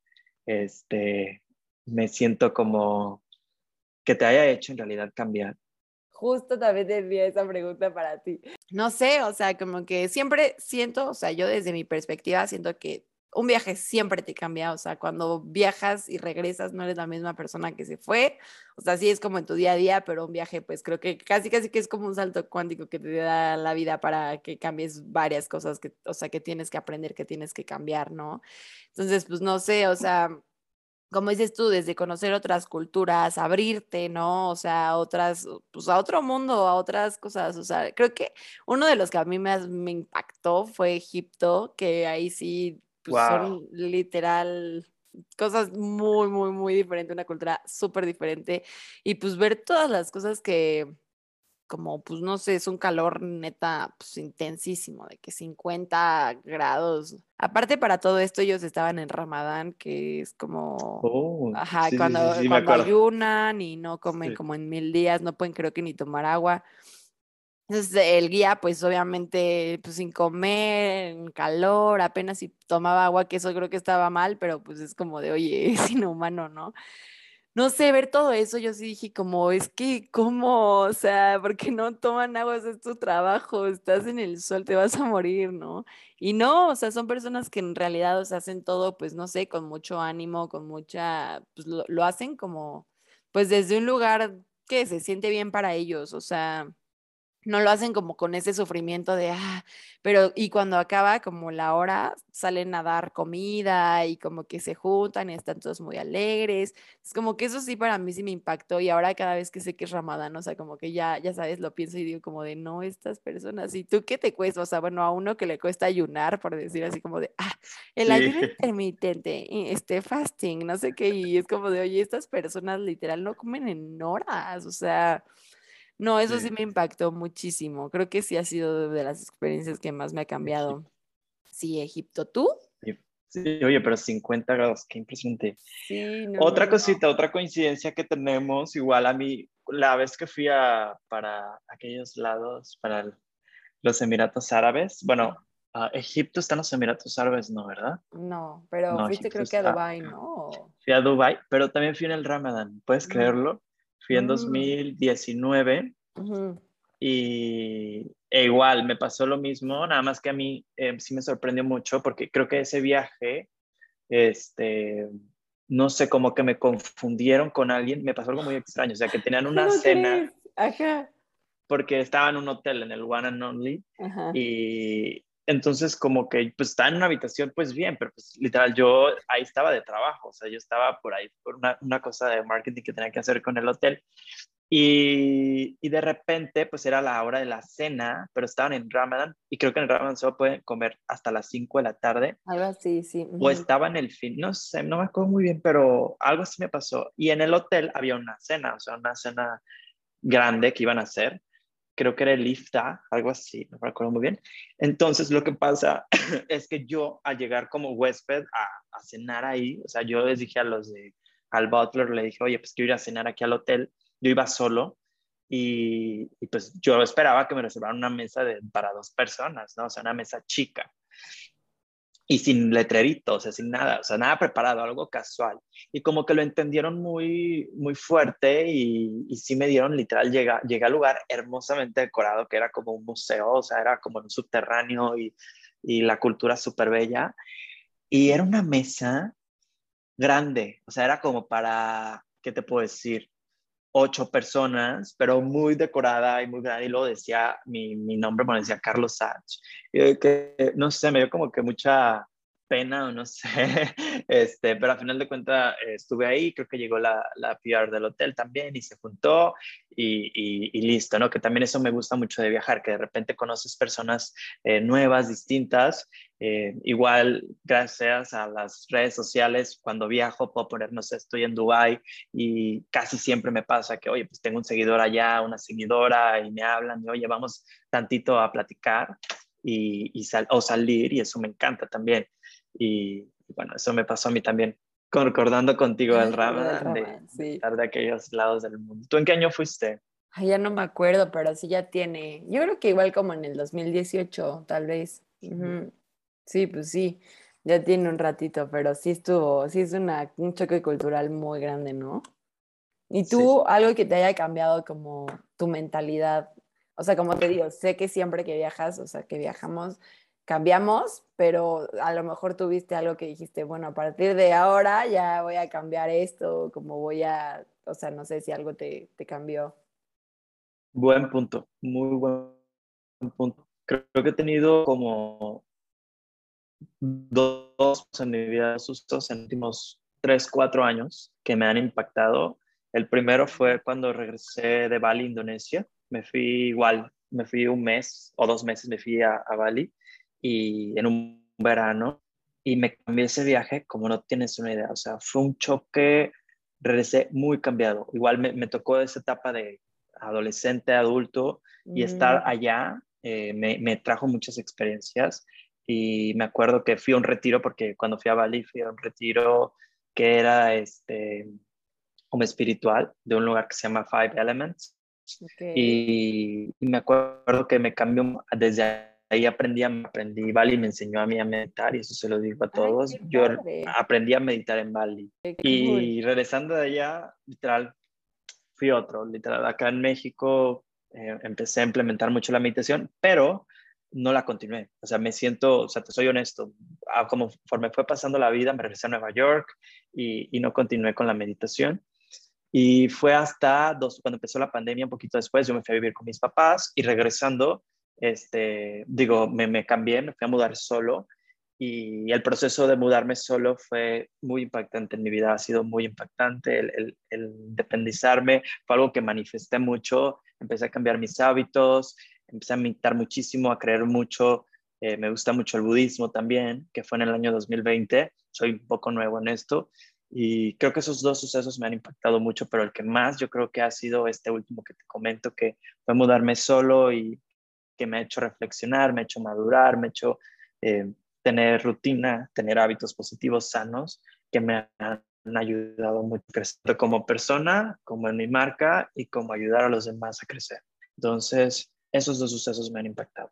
este, me siento como que te haya hecho en realidad cambiar? Justo también tenía esa pregunta para ti. No sé, o sea, como que siempre siento, o sea, yo desde mi perspectiva siento que un viaje siempre te cambia, o sea, cuando viajas y regresas no eres la misma persona que se fue, o sea, sí es como en tu día a día, pero un viaje pues creo que casi casi que es como un salto cuántico que te da la vida para que cambies varias cosas que, o sea, que tienes que aprender, que tienes que cambiar, ¿no? Entonces, pues no sé, o sea, como dices tú, desde conocer otras culturas, abrirte, ¿no? O sea, a otras, pues a otro mundo, a otras cosas. O sea, creo que uno de los que a mí más me impactó fue Egipto, que ahí sí, pues Wow. son literal cosas muy, muy, muy diferentes, una cultura súper diferente. Y pues ver todas las cosas que como, pues no sé, es un calor neta, pues intensísimo, de que cincuenta grados. Aparte, para todo esto, ellos estaban en Ramadán, que es como, Oh, ajá, sí, sí, sí, cuando, sí, me cuando acuerdo. ayunan y no comen Sí. como en mil días, no pueden creo que ni tomar agua. Entonces, el guía, pues obviamente, pues sin comer, en calor, apenas si tomaba agua, que eso creo que estaba mal, pero pues es como de, oye, es inhumano, ¿no? No sé, ver todo eso, yo sí dije como, es que, ¿cómo? O sea, ¿por qué no toman agua? Ese es tu trabajo, estás en el sol, te vas a morir, ¿no? Y no, o sea, son personas que en realidad, o sea, hacen todo, pues, no sé, con mucho ánimo, con mucha, pues, lo, lo hacen como, pues, desde un lugar que se siente bien para ellos, o sea, no lo hacen como con ese sufrimiento de, ah, pero y cuando acaba como la hora, salen a dar comida y como que se juntan y están todos muy alegres. Es como que eso sí para mí sí me impactó y ahora cada vez que sé que es Ramadán, o sea, como que ya, ya sabes, lo pienso y digo como de, no, estas personas, ¿y tú qué te cuesta? O sea, bueno, a uno que le cuesta ayunar, por decir así como de, ah, el Sí, ayuno intermitente, y este fasting, no sé qué, y es como de, oye, estas personas literal no comen en horas, o sea... No, eso sí sí. me impactó muchísimo. Creo que sí ha sido de las experiencias que más me ha cambiado. Sí, Egipto. ¿Tú? Sí, oye, pero cincuenta grados, qué impresionante. Sí, no, no, Otra no. cosita, otra coincidencia que tenemos, igual a mí, la vez que fui a, para aquellos lados, para el- los Emiratos Árabes, bueno, a Egipto están los Emiratos Árabes, ¿no, verdad? No, pero No, fuiste Egipto creo que a está, Dubái, ¿no? fui a Dubái, pero también fui en el Ramadán, ¿puedes Mm, creerlo? Fui en mm, dos mil diecinueve ujú. y e igual me pasó lo mismo, nada más que a mí eh, sí me sorprendió mucho porque creo que ese viaje este, no sé, como que me confundieron con alguien, me pasó algo muy extraño, o sea, que tenían una ¿Cómo cena crees? Ajá. porque estaba en un hotel, en el One and Only, Ajá. y entonces como que pues estaba en una habitación, pues bien, pero pues literal yo ahí estaba de trabajo, o sea, yo estaba por ahí por una, una cosa de marketing que tenía que hacer con el hotel, y, y de repente, pues era la hora de la cena, pero estaban en Ramadan y creo que en Ramadan solo pueden comer hasta las cinco de la tarde Algo así, sí. o Ujú. estaba en el fin, no sé, no me acuerdo muy bien, pero algo así me pasó. Y en el hotel había una cena, o sea, una cena grande que iban a hacer. Creo que era el IFTA, algo así, no me acuerdo muy bien. Entonces, lo que pasa es que yo, al llegar como huésped a, a cenar ahí, o sea, yo les dije a los de, al butler, le dije, oye, pues quiero ir a cenar aquí al hotel. Yo iba solo y, y pues yo esperaba que me reservaran una mesa de, para dos personas, ¿no? O sea, una mesa chica y sin letrerito, o sea, sin nada, o sea, nada preparado, algo casual. Y como que lo entendieron muy, muy fuerte y, y sí me dieron literal, llega, llegué al lugar hermosamente decorado, que era como un museo, o sea, era como en un subterráneo y, y la cultura súper bella. Y era una mesa grande, o sea, era como para, ¿qué te puedo decir? Ocho personas, pero muy decorada y muy grande. Y luego decía mi, mi nombre, bueno, decía Carlos Sach. Y que, no sé, me dio como que mucha pena o no sé, este, pero al final de cuentas eh, estuve ahí, creo que llegó la, la P R del hotel también y se juntó y, y, y, listo, ¿no? Que también eso me gusta mucho de viajar, que de repente conoces personas eh, nuevas, distintas. Eh, igual, gracias a las redes sociales, cuando viajo puedo poner, no sé, estoy en Dubái y casi siempre me pasa que, oye, pues tengo un seguidor allá, una seguidora y me hablan y, oye, vamos tantito a platicar y, y sal, o salir y eso me encanta también. Y bueno, eso me pasó a mí también, concordando contigo el Lo del Ramadán, de, Ramadán, de sí. estar de aquellos lados del mundo. ¿Tú en qué año fuiste? Ay, ya no me acuerdo, pero sí ya tiene. Yo creo que igual como en el dos mil dieciocho, tal vez. Ujú. Sí, pues sí, ya tiene un ratito, pero sí estuvo, sí es una, un choque cultural muy grande, ¿no? Y Sí. tú, algo que te haya cambiado como tu mentalidad, o sea, como te digo, sé que siempre que viajas, o sea, que viajamos, cambiamos, pero a lo mejor tuviste algo que dijiste, bueno, a partir de ahora ya voy a cambiar esto, como voy a, o sea, no sé si algo te, te cambió. Buen punto, muy buen punto. Creo que he tenido como dos en mi vida sustos en los últimos tres, cuatro años que me han impactado. El primero fue cuando regresé de Bali, Indonesia. Me fui igual, me fui un mes o dos meses, me fui a, a Bali y en un verano y me cambié ese viaje como no tienes una idea. O sea, fue un choque, regresé muy cambiado. Igual me, me tocó esa etapa de adolescente, adulto y estar Mm, allá eh, me, me trajo muchas experiencias y me acuerdo que fui a un retiro porque cuando fui a Bali fui a un retiro que era este como espiritual de un lugar que se llama Five Elements ok. y, y me acuerdo que me cambió desde ahí aprendí a aprendí Bali me enseñó a mí a meditar y eso se lo digo a Ay, todos. qué Yo padre. aprendí a meditar en Bali Qué cool. y regresando de allá literal fui otro, literal. Acá en México eh, empecé a implementar mucho la meditación, pero no la continué. O sea, me siento, o sea, te soy honesto, ah, como conforme fue pasando la vida, me regresé a Nueva York y, y no continué con la meditación. Y fue hasta dos, cuando empezó la pandemia, un poquito después, yo me fui a vivir con mis papás y regresando, este, digo, me, me cambié, me fui a mudar solo y el proceso de mudarme solo fue muy impactante en mi vida, ha sido muy impactante. El, el, el independizarme fue algo que manifesté mucho, empecé a cambiar mis hábitos, empecé a meditar muchísimo, a creer mucho. Eh, me gusta mucho el budismo también, que fue en el año dos mil veinte. Soy un poco nuevo en esto y creo que esos dos sucesos me han impactado mucho, pero el que más yo creo que ha sido este último que te comento, que fue mudarme solo y que me ha hecho reflexionar, me ha hecho madurar, me ha hecho eh, tener rutina, tener hábitos positivos sanos que me han ayudado mucho a crecer como persona, como en mi marca y como ayudar a los demás a crecer. Entonces, esos dos sucesos me han impactado.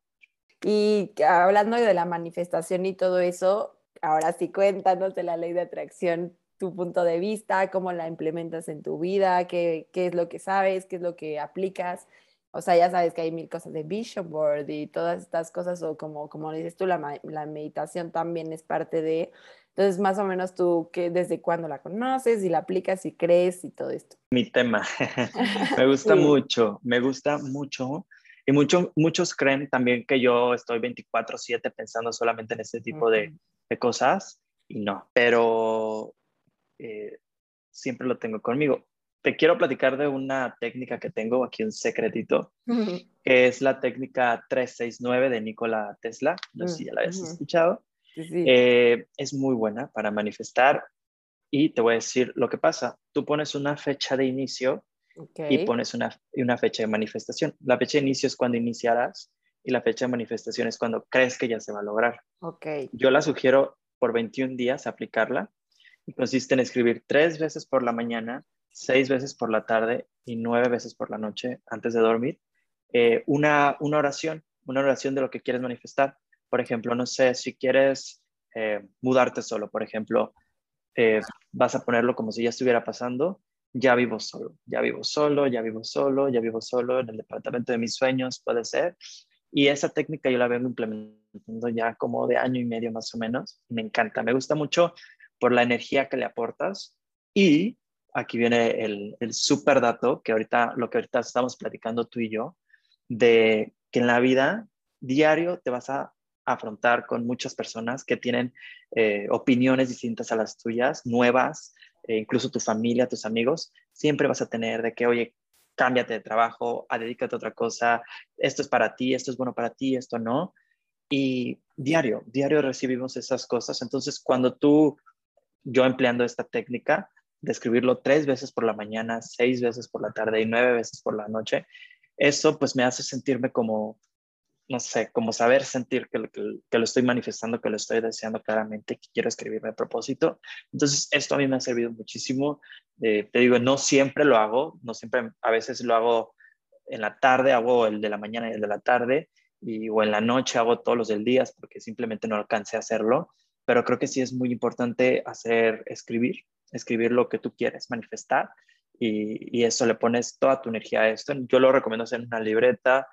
Y hablando de la manifestación y todo eso, ahora sí cuéntanos de la ley de atracción, tu punto de vista, cómo la implementas en tu vida, qué, qué es lo que sabes, qué es lo que aplicas. O sea, ya sabes que hay mil cosas de Vision Board y todas estas cosas, o como, como dices tú, la, la meditación también es parte de... Entonces, más o menos tú, que ¿desde cuándo la conoces y la aplicas y crees y todo esto? Mi tema. Me gusta Sí. mucho, me gusta mucho. Y mucho, muchos creen también que yo estoy veinticuatro siete pensando solamente en este tipo de, de cosas y no, pero eh, siempre lo tengo conmigo. Te quiero platicar de una técnica que tengo aquí, un secretito, que es la técnica trescientos sesenta y nueve de Nikola Tesla. No sé si ya la habías escuchado. Sí, sí. Eh, es muy buena para manifestar y te voy a decir lo que pasa. Tú pones una fecha de inicio Ok, y pones una, una fecha de manifestación. La fecha de inicio es cuando iniciarás y la fecha de manifestación es cuando crees que ya se va a lograr. ok, Yo la sugiero por veintiún días aplicarla y consiste en escribir tres veces por la mañana, seis veces por la tarde y nueve veces por la noche antes de dormir eh, una, una oración, una oración de lo que quieres manifestar. Por ejemplo, no sé, si quieres eh, mudarte solo, por ejemplo, eh, vas a ponerlo como si ya estuviera pasando, ya vivo solo, ya vivo solo, ya vivo solo, ya vivo solo en el departamento de mis sueños, puede ser. Y esa técnica yo la vengo implementando ya como de año y medio más o menos. Me encanta, me gusta mucho por la energía que le aportas. Y aquí viene el, el súper dato que ahorita, lo que ahorita estamos platicando tú y yo, de que en la vida diario te vas a afrontar con muchas personas que tienen eh, opiniones distintas a las tuyas, nuevas, eh, incluso tu familia, tus amigos, siempre vas a tener de que, oye, cámbiate de trabajo, a dedícate a otra cosa, esto es para ti, esto es bueno para ti, esto no. Y diario, diario recibimos esas cosas. Entonces, cuando tú, yo empleando esta técnica de escribirlo tres veces por la mañana, seis veces por la tarde y nueve veces por la noche, eso pues me hace sentirme como no sé, como saber sentir que, que, que, lo estoy manifestando, que lo estoy deseando claramente, que quiero escribirme a propósito. Entonces, esto a mí me ha servido muchísimo. Eh, te digo, no siempre lo hago, no siempre, a veces lo hago en la tarde, hago el de la mañana y el de la tarde, y, o en la noche hago todos los del día porque simplemente no alcancé a hacerlo, pero creo que sí es muy importante hacer, escribir, escribir lo que tú quieres manifestar, y, y eso le pones toda tu energía a esto. Yo lo recomiendo hacer en una libreta,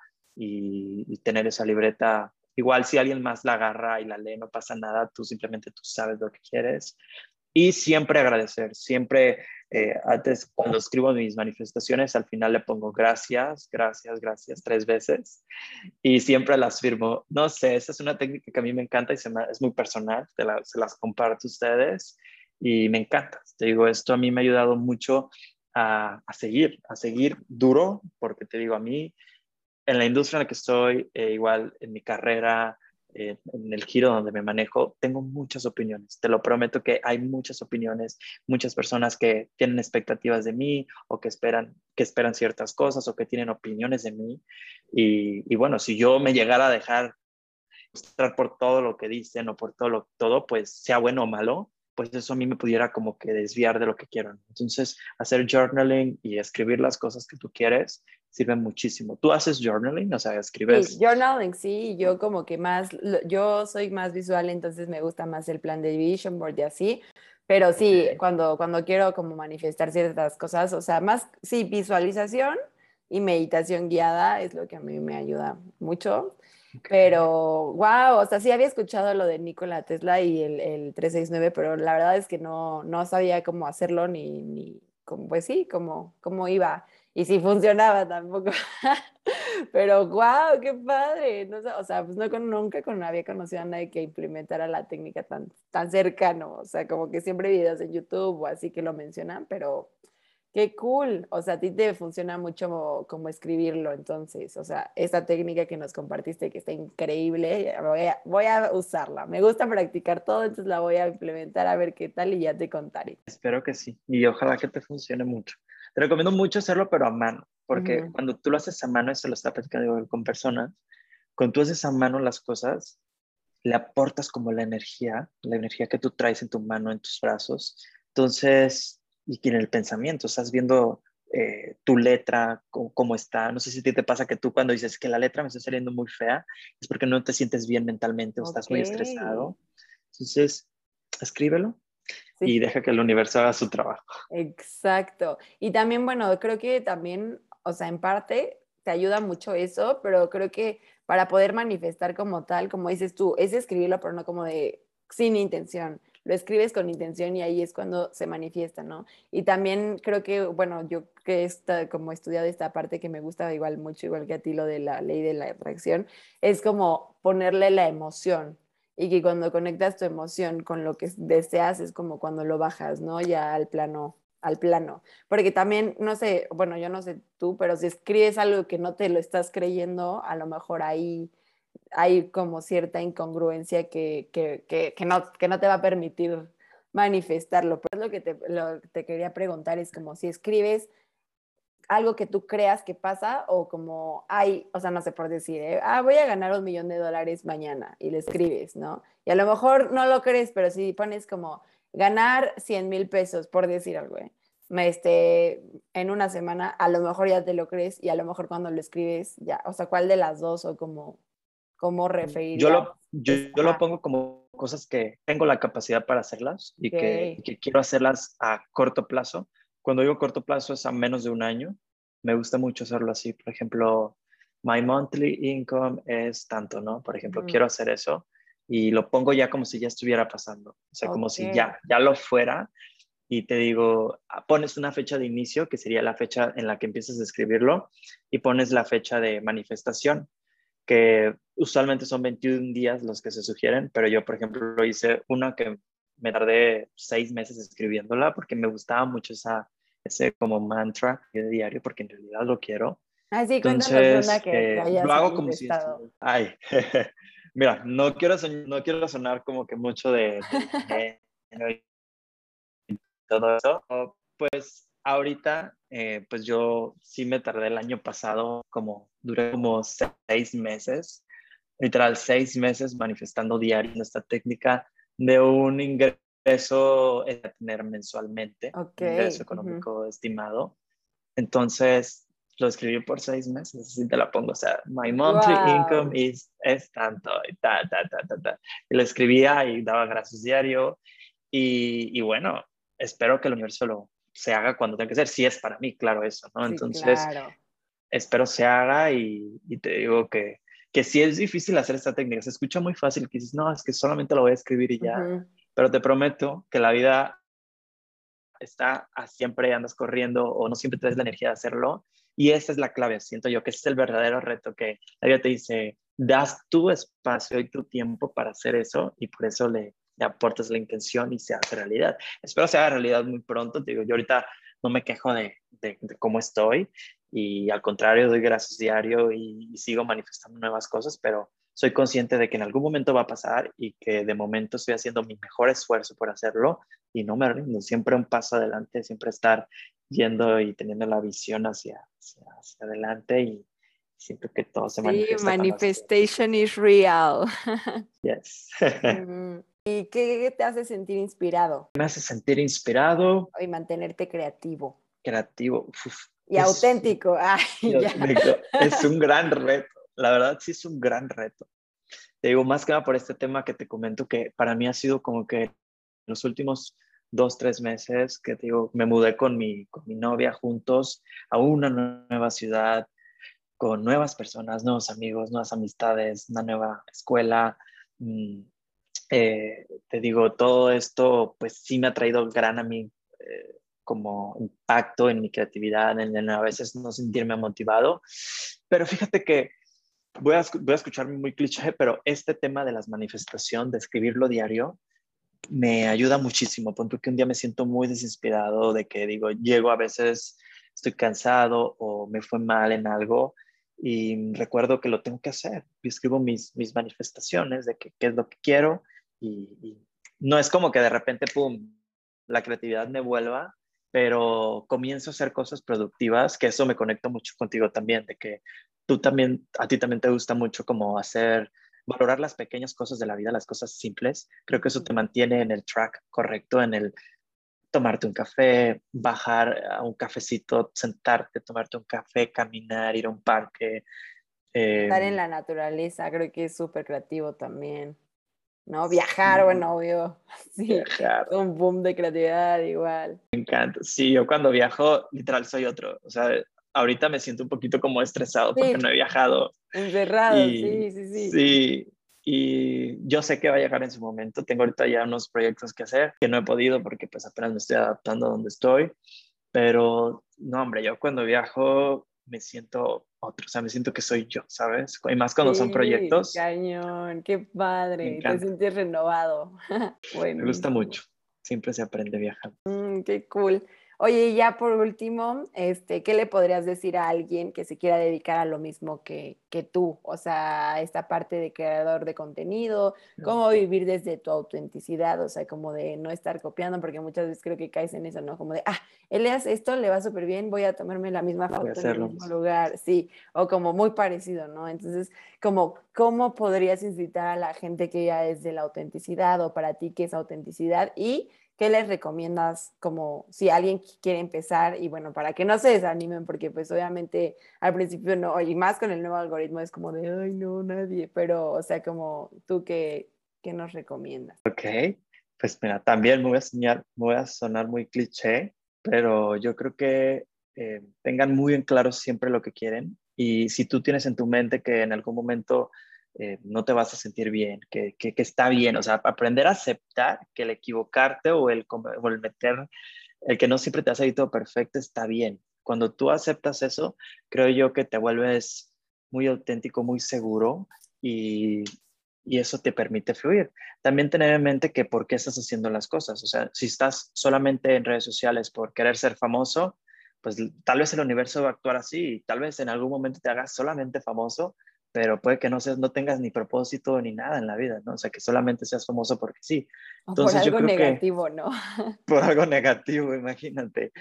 y, y tener esa libreta. Igual si alguien más la agarra y la lee, no pasa nada, tú simplemente tú sabes lo que quieres. Y siempre agradecer, siempre, eh, antes cuando escribo mis manifestaciones, al final le pongo gracias, gracias, gracias tres veces y siempre las firmo. No sé, esa es una técnica que a mí me encanta y se me, es muy personal, te la, se las comparto a ustedes y me encanta. Te digo, esto a mí me ha ayudado mucho a, a seguir, a seguir duro, porque te digo, a mí en la industria en la que estoy, eh, igual en mi carrera, eh, en el giro donde me manejo, tengo muchas opiniones. Te lo prometo que hay muchas opiniones, muchas personas que tienen expectativas de mí o que esperan, que esperan ciertas cosas o que tienen opiniones de mí. Y, y bueno, si yo me llegara a dejar mostrar por todo lo que dicen o por todo lo todo, pues sea bueno o malo, pues eso a mí me pudiera como que desviar de lo que quiero. Entonces, hacer journaling y escribir las cosas que tú quieres sirve muchísimo. ¿Tú haces journaling? O sea, Sí, escribes. journaling, sí, yo como que más, lo- yo soy más visual, entonces me gusta más el plan de Vision Board y así, pero sí, Ok, cuando, cuando quiero como manifestar ciertas cosas, o sea, más, sí, visualización y meditación guiada es lo que a mí me ayuda mucho, ok. pero wow, o sea, sí había escuchado lo de Nikola Tesla y el, el trescientos sesenta y nueve, pero la verdad es que no, no sabía cómo hacerlo ni, ni como, pues sí, como, como iba. Y si funcionaba tampoco. Pero wow, qué padre. No sé, o sea, pues no con, nunca con, había conocido a nadie que implementara la técnica tan, tan cercano. O sea, como que siempre videos en YouTube o así que lo mencionan, pero qué cool. O sea, a ti te funciona mucho como, como escribirlo, entonces. O sea, esta técnica que nos compartiste que está increíble, voy a, voy a usarla. Me gusta practicar todo, entonces la voy a implementar a ver qué tal y ya te contaré. Espero que sí. Y ojalá que te funcione mucho. Te recomiendo mucho hacerlo, pero a mano, porque Ujú. cuando tú lo haces a mano, eso lo está platicando con personas, cuando tú haces a mano las cosas, le aportas como la energía, la energía que tú traes en tu mano, en tus brazos. Entonces, y que en el pensamiento, estás viendo eh, tu letra, cómo, cómo está. No sé si a ti te pasa que tú cuando dices que la letra me está saliendo muy fea, es porque no te sientes bien mentalmente o Ok. estás muy estresado. Entonces, escríbelo y Sí. deja que el universo haga su trabajo. Exacto. Y también, bueno, creo que también, o sea, en parte te ayuda mucho eso, pero creo que para poder manifestar como tal, como dices tú, es escribirlo, pero no como de sin intención. Lo escribes con intención y ahí es cuando se manifiesta, ¿no? Y también creo que, bueno, yo que está como he estudiado esta parte que me gusta igual mucho, igual que a ti lo de la ley de la atracción, es como ponerle la emoción y que cuando conectas tu emoción con lo que deseas es como cuando lo bajas, ¿no? Ya al plano, al plano. Porque también, no sé, bueno, yo no sé tú, pero si escribes algo que no te lo estás creyendo, a lo mejor ahí hay como cierta incongruencia que, que, que, que no, que no te va a permitir manifestarlo. Pero es lo que te, lo que te quería preguntar, es como si escribes algo que tú creas que pasa o como, ay, o sea, no sé por decir, ¿eh? Ah, voy a ganar un millón de dólares mañana y le escribes, ¿no? Y a lo mejor no lo crees, pero si pones como ganar cien mil pesos, por decir algo, ¿eh? Este, en una semana, a lo mejor ya te lo crees y a lo mejor cuando lo escribes, ya, o sea, ¿cuál de las dos o como, cómo Yo referirías? lo, yo, Es, yo lo ajá, pongo como cosas que tengo la capacidad para hacerlas y que, ok. que quiero hacerlas a corto plazo. Cuando digo corto plazo es a menos de un año. Me gusta mucho hacerlo así. Por ejemplo, my monthly income es tanto, ¿no? Por ejemplo, Ujú, quiero hacer eso y lo pongo ya como si ya estuviera pasando. O sea, como ok, si ya, ya lo fuera y te digo, ah, pones una fecha de inicio, que sería la fecha en la que empiezas a escribirlo, y pones la fecha de manifestación, que usualmente son veintiún días los que se sugieren, pero yo, por ejemplo, hice una que me tardé seis meses escribiéndola porque me gustaba mucho esa, ese como mantra de diario, porque en realidad lo quiero. ah, sí, cuéntanos una Entonces, que, que eh, lo hayas hago como si manifestado. estuviera... Ay, mira, no quiero, son- no quiero sonar como que mucho de, de dinero y todo eso. Pues ahorita, eh, pues yo sí me tardé el año pasado, como duré como seis meses, literal seis meses manifestando diario esta técnica de un ingreso a tener mensualmente, Ok, un ingreso ujú. económico estimado. Entonces, lo escribí por seis meses, así te la pongo. O sea, my monthly income Wow. is, es tanto, y ta, ta, ta, ta, ta. Y lo escribía y daba gracias diario. Y, y bueno, espero que el universo lo se haga cuando tenga que ser, si es para mí, claro, eso, ¿no? Sí, Entonces, claro. espero se haga y, y te digo que, que sí es difícil hacer esta técnica. Se escucha muy fácil, que dices, no, es que solamente lo voy a escribir y ya. Ujú. Pero te prometo que la vida está a siempre andas corriendo o no siempre tienes la energía de hacerlo. Y esa es la clave, siento yo, que ese es el verdadero reto que la vida te dice, das tu espacio y tu tiempo para hacer eso y por eso le, le aportas la intención y se hace realidad. Espero se haga realidad muy pronto, te digo, yo ahorita no me quejo de, de, de cómo estoy y al contrario doy gracias diario y, y sigo manifestando nuevas cosas, pero soy consciente de que en algún momento va a pasar y que de momento estoy haciendo mi mejor esfuerzo por hacerlo y no me rindo, siempre un paso adelante, siempre estar yendo y teniendo la visión hacia, hacia, hacia adelante y siento que todo se Sí, manifiesta cuando haces eso. manifestation is real. Yes. Mm, ¿y qué te hace sentir inspirado Me hace sentir inspirado, y mantenerte creativo creativo. Uf, y pues auténtico? Ay, Dios, ya. digo, es un gran reto. La verdad sí es un gran reto. Te digo, más que nada por este tema que te comento, que para mí ha sido como que los últimos dos, tres meses, que te digo, me mudé con mi, con mi novia juntos a una nueva ciudad, con nuevas personas, nuevos amigos, nuevas amistades, una nueva escuela. Mm, eh, te digo, todo esto, pues sí me ha traído gran a mí, eh, como impacto en mi creatividad, en, en a veces no sentirme motivado. Pero fíjate que voy a, voy a escucharme muy cliché, pero este tema de las manifestaciones, de escribirlo diario, me ayuda muchísimo. Punto que un día me siento muy desinspirado, de que digo, llego a veces, estoy cansado o me fue mal en algo y recuerdo que lo tengo que hacer. Y escribo mis, mis manifestaciones de que, qué es lo que quiero y, y no es como que de repente, pum, la creatividad me vuelva, pero comienzo a hacer cosas productivas, que eso me conecta mucho contigo también, de que tú también, a ti también te gusta mucho como hacer, valorar las pequeñas cosas de la vida, las cosas simples. Creo que eso te mantiene en el track correcto, en el tomarte un café, bajar a un cafecito, sentarte, tomarte un café, caminar, ir a un parque. Eh, Estar en la naturaleza, creo que es súper creativo también, ¿no? Viajar, sí, bueno, obvio, sí, viajar. un boom de creatividad igual. Sí, yo cuando viajo, literal, soy otro. O sea, ahorita me siento un poquito como estresado porque Sí, no he viajado. encerrado, Y sí, sí, sí. sí, y yo sé que va a llegar en su momento. Tengo ahorita ya unos proyectos que hacer que no he podido porque pues apenas me estoy adaptando a donde estoy. Pero no, hombre, yo cuando viajo me siento otro, o sea, me siento que soy yo, ¿sabes? Y más cuando son Sí, proyectos, cañón, qué me padre, te encanta, sientes renovado. me gusta Buenísimo. mucho. Siempre se aprende viajando. Mm, qué cool. Oye, y ya por último, este, ¿qué le podrías decir a alguien que se quiera dedicar a lo mismo que, que tú? O sea, esta parte de creador de contenido, cómo vivir desde tu autenticidad, o sea, como de no estar copiando, porque muchas veces creo que caes en eso, ¿no? Como de, ah, él le hace esto, le va súper bien, voy a tomarme la misma Voy a foto en el hacerlo mismo mismo. lugar, sí, o como muy parecido, ¿no? Entonces, como, ¿cómo podrías incitar a la gente que ya es de la autenticidad o para ti qué es autenticidad? Y ¿qué les recomiendas como si alguien quiere empezar y bueno, para que no se desanimen, porque pues obviamente al principio no, y más con el nuevo algoritmo es como de, ay, no, nadie, pero o sea, como tú qué, qué nos recomiendas? Ok, pues mira, también me voy a soñar, me voy a sonar muy cliché, pero yo creo que eh, tengan muy en claro siempre lo que quieren y si tú tienes en tu mente que en algún momento eh, no te vas a sentir bien, que, que, que está bien, o sea, aprender a aceptar que el equivocarte o el, com- o el meter, el que no siempre te ha salido perfecto está bien. Cuando tú aceptas eso, creo yo que te vuelves muy auténtico, muy seguro y, y eso te permite fluir. También tener en mente que por qué estás haciendo las cosas. O sea, si estás solamente en redes sociales por querer ser famoso, pues tal vez el universo va a actuar así, tal vez en algún momento te hagas solamente famoso, pero puede que no seas, no tengas ni propósito ni nada en la vida, ¿no? O sea, que solamente seas famoso porque sí. O por Entonces yo algo creo que negativo, ¿no? por algo negativo, imagínate.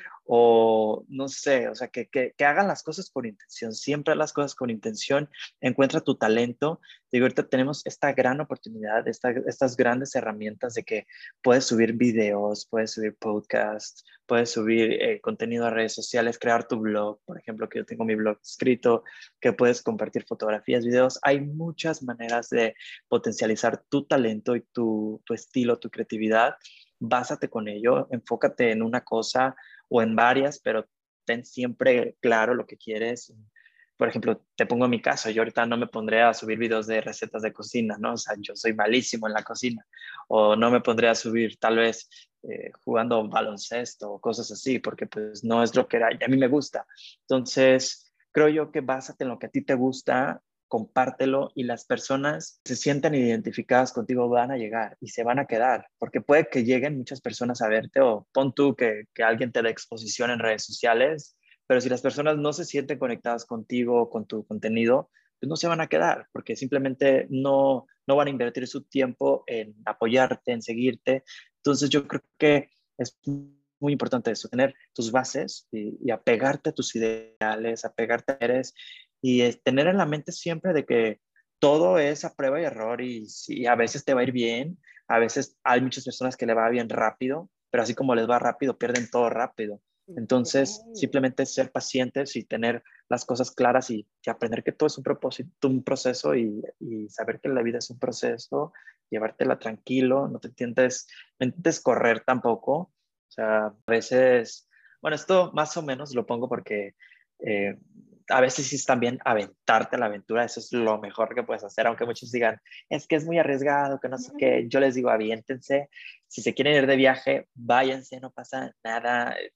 O no sé, o sea, que, que, que hagan las cosas con intención, siempre haz las cosas con intención, encuentra tu talento. Digo, ahorita tenemos esta gran oportunidad, esta, estas grandes herramientas de que puedes subir videos, puedes subir podcasts, puedes subir eh, contenido a redes sociales, crear tu blog, por ejemplo, que yo tengo mi blog escrito, que puedes compartir fotografías, videos. Hay muchas maneras de potencializar tu talento y tu, tu estilo, tu creatividad. Básate con ello, enfócate en una cosa o en varias, pero ten siempre claro lo que quieres. Por ejemplo, te pongo mi caso, yo ahorita no me pondré a subir videos de recetas de cocina, ¿no? O sea, yo soy malísimo en la cocina, o no me pondré a subir tal vez eh, jugando baloncesto o cosas así, porque pues no es lo que a mí me gusta. Entonces, creo yo que básate en lo que a ti te gusta, compártelo y las personas se sientan identificadas contigo van a llegar y se van a quedar, porque puede que lleguen muchas personas a verte o pon tú que, que alguien te dé exposición en redes sociales, pero si las personas no se sienten conectadas contigo, con tu contenido, pues no se van a quedar, porque simplemente no, no van a invertir su tiempo en apoyarte, en seguirte. Entonces yo creo que es muy importante eso, tener tus bases y, y apegarte a tus ideales, apegarte a eres y es tener en la mente siempre de que todo es a prueba y error y, sí, a veces te va a ir bien, a veces hay muchas personas que le va bien rápido, pero así como les va rápido, pierden todo rápido. Entonces, Ok. simplemente ser pacientes y tener las cosas claras y, y aprender que todo es un propósito, un proceso y, y, saber que la vida es un proceso, llevártela tranquilo, no te intentes, no intentes correr tampoco. O sea, a veces, bueno, esto más o menos lo pongo porque eh, a veces sí es también aventarte a la aventura, eso es lo mejor que puedes hacer, aunque muchos digan, es que es muy arriesgado, que no sé qué, yo les digo, aviéntense, si se quieren ir de viaje, váyanse, no pasa nada,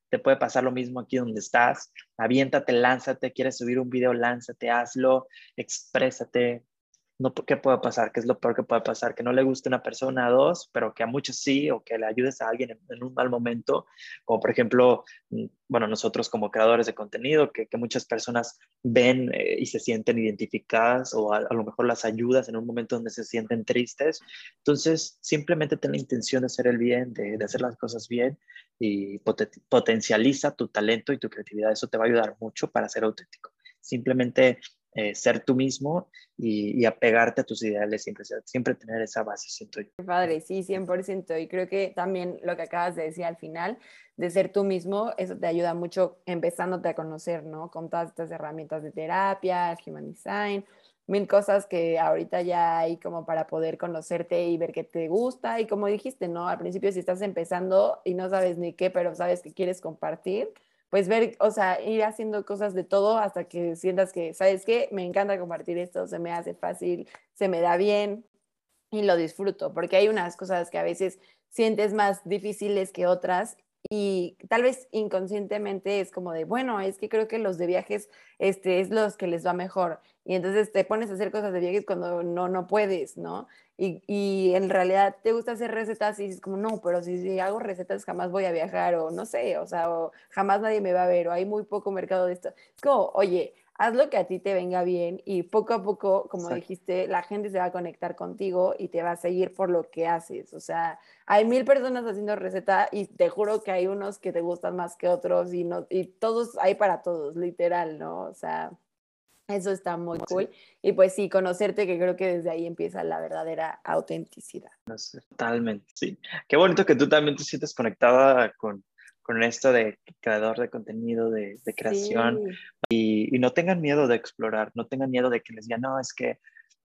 te puede pasar lo mismo aquí donde estás. Aviéntate, lánzate, quieres subir un video, lánzate, hazlo, exprésate. No, ¿qué puede pasar? ¿Qué es lo peor que puede pasar? Que no le guste una persona, a dos, pero que a muchos sí, o que le ayudes a alguien en, en un mal momento. O, por ejemplo, mm, bueno, nosotros como creadores de contenido, que, que muchas personas ven eh, y se sienten identificadas, o a, a lo mejor las ayudas en un momento donde se sienten tristes. Entonces, simplemente ten la intención de hacer el bien, de, de hacer las cosas bien, y poten potencializa tu talento y tu creatividad. Eso te va a ayudar mucho para ser auténtico. Simplemente eh, ser tú mismo y, y apegarte a tus ideales, siempre, siempre tener esa base, siento yo. Qué padre, sí, cien por ciento. Y creo que también lo que acabas de decir al final, de ser tú mismo, eso te ayuda mucho empezándote a conocer, ¿no? Con todas estas herramientas de terapia, Human Design, mil cosas que ahorita ya hay como para poder conocerte y ver qué te gusta. Y como dijiste, ¿no? Al principio si estás empezando y no sabes ni qué, pero sabes que quieres compartir, pues ver, o sea, ir haciendo cosas de todo hasta que sientas que, ¿sabes qué? Me encanta compartir esto, se me hace fácil, se me da bien y lo disfruto, porque hay unas cosas que a veces sientes más difíciles que otras y tal vez inconscientemente es como de, bueno, es que creo que los de viajes este, es los que les va mejor. Y entonces te pones a hacer cosas de viajes cuando no, no puedes, ¿no? Y, y en realidad te gusta hacer recetas y dices como, no, pero si, si hago recetas jamás voy a viajar o no sé, o sea, o jamás nadie me va a ver o hay muy poco mercado de esto. Es como, oye, haz lo que a ti te venga bien y poco a poco, como Exacto. dijiste, la gente se va a conectar contigo y te va a seguir por lo que haces. O sea, hay mil personas haciendo receta y te juro que hay unos que te gustan más que otros y, no, y todos hay para todos, literal, ¿no? O sea, eso está muy cool. Sí, Y pues sí, conocerte, que creo que desde ahí empieza la verdadera autenticidad. no sé, totalmente, sí. Qué bonito que tú también te sientes conectada con, con esto de creador de contenido, de, de creación, Sí, y, y no tengan miedo de explorar, no tengan miedo de que les digan, no, es que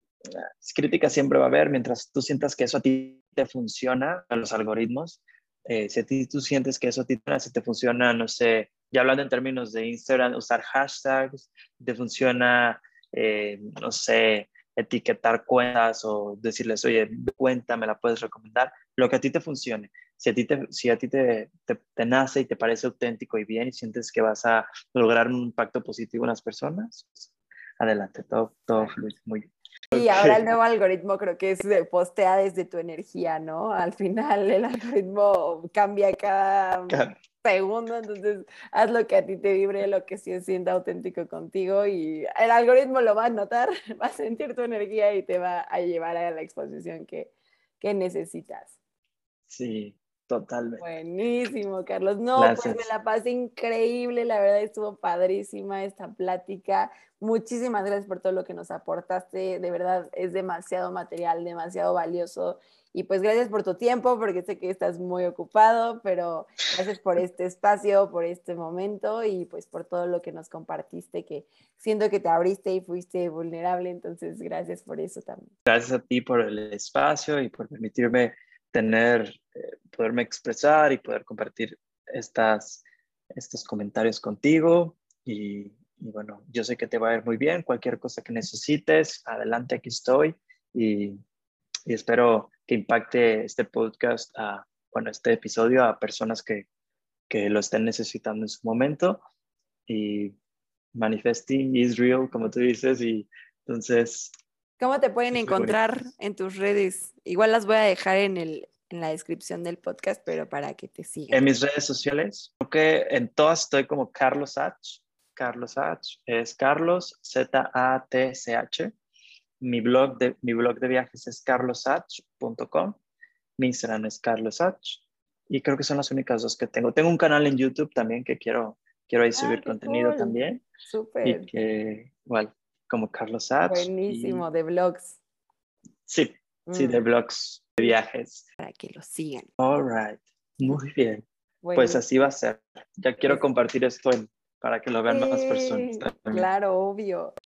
crítica siempre va a haber, mientras tú sientas que eso a ti te funciona, a los algoritmos, eh, si a ti tú sientes que eso a ti si te funciona, no sé, ya hablando en términos de Instagram, usar hashtags, te funciona, eh, no sé, etiquetar cuentas o decirles, oye, cuenta, me la puedes recomendar, lo que a ti te funcione. Si a ti te, si a ti te, te, te nace y te parece auténtico y bien y sientes que vas a lograr un impacto positivo en las personas, adelante, todo, todo exacto. fluye muy bien. Y ahora Ok. el nuevo algoritmo creo que es de postea desde tu energía, ¿no? Al final el algoritmo cambia cada Ca- segundo, entonces haz lo que a ti te vibre, lo que se sienta auténtico contigo y el algoritmo lo va a notar, va a sentir tu energía y te va a llevar a la exposición que, que necesitas. Sí, totalmente. Buenísimo, Carlos. No, pues me Gracias. la pasé increíble, la verdad estuvo padrísima esta plática. Muchísimas gracias por todo lo que nos aportaste, de verdad es demasiado material, demasiado valioso. Y pues gracias por tu tiempo, porque sé que estás muy ocupado, pero gracias por este espacio, por este momento y pues por todo lo que nos compartiste, que siento que te abriste y fuiste vulnerable, entonces gracias por eso también. Gracias a ti por el espacio y por permitirme tener, eh, poderme expresar y poder compartir estas, estos comentarios contigo. Y, y bueno, yo sé que te va a ir muy bien. Cualquier cosa que necesites, adelante, aquí estoy. Y, y espero que impacte este podcast, a, bueno, este episodio a personas que, que lo estén necesitando en su momento. Y manifesting is real, como tú dices, y entonces ¿Cómo te pueden es muy bonito. encontrar en tus redes? Igual las voy a dejar en el, en la descripción del podcast, pero para que te sigan. En mis redes sociales, creo que en todas estoy como Carlos H. Carlos H. Es Carlos, Z A T C H. Mi blog de, mi blog de viajes es carlos h punto com. Mi Instagram es Carlos H. Y creo que son las únicas dos que tengo. Tengo un canal en YouTube también que quiero, quiero ahí Ah, subir qué contenido cool. también. Y Súper. que, igual, como Carlos H. Buenísimo, Y de vlogs. sí, sí, Mm, de blogs de viajes. para que lo sigan. All right. Muy bien. Pues así va a Buenísimo. ser. Ya quiero Pues compartir esto en- para que lo vean más personas sí, también. claro, obvio.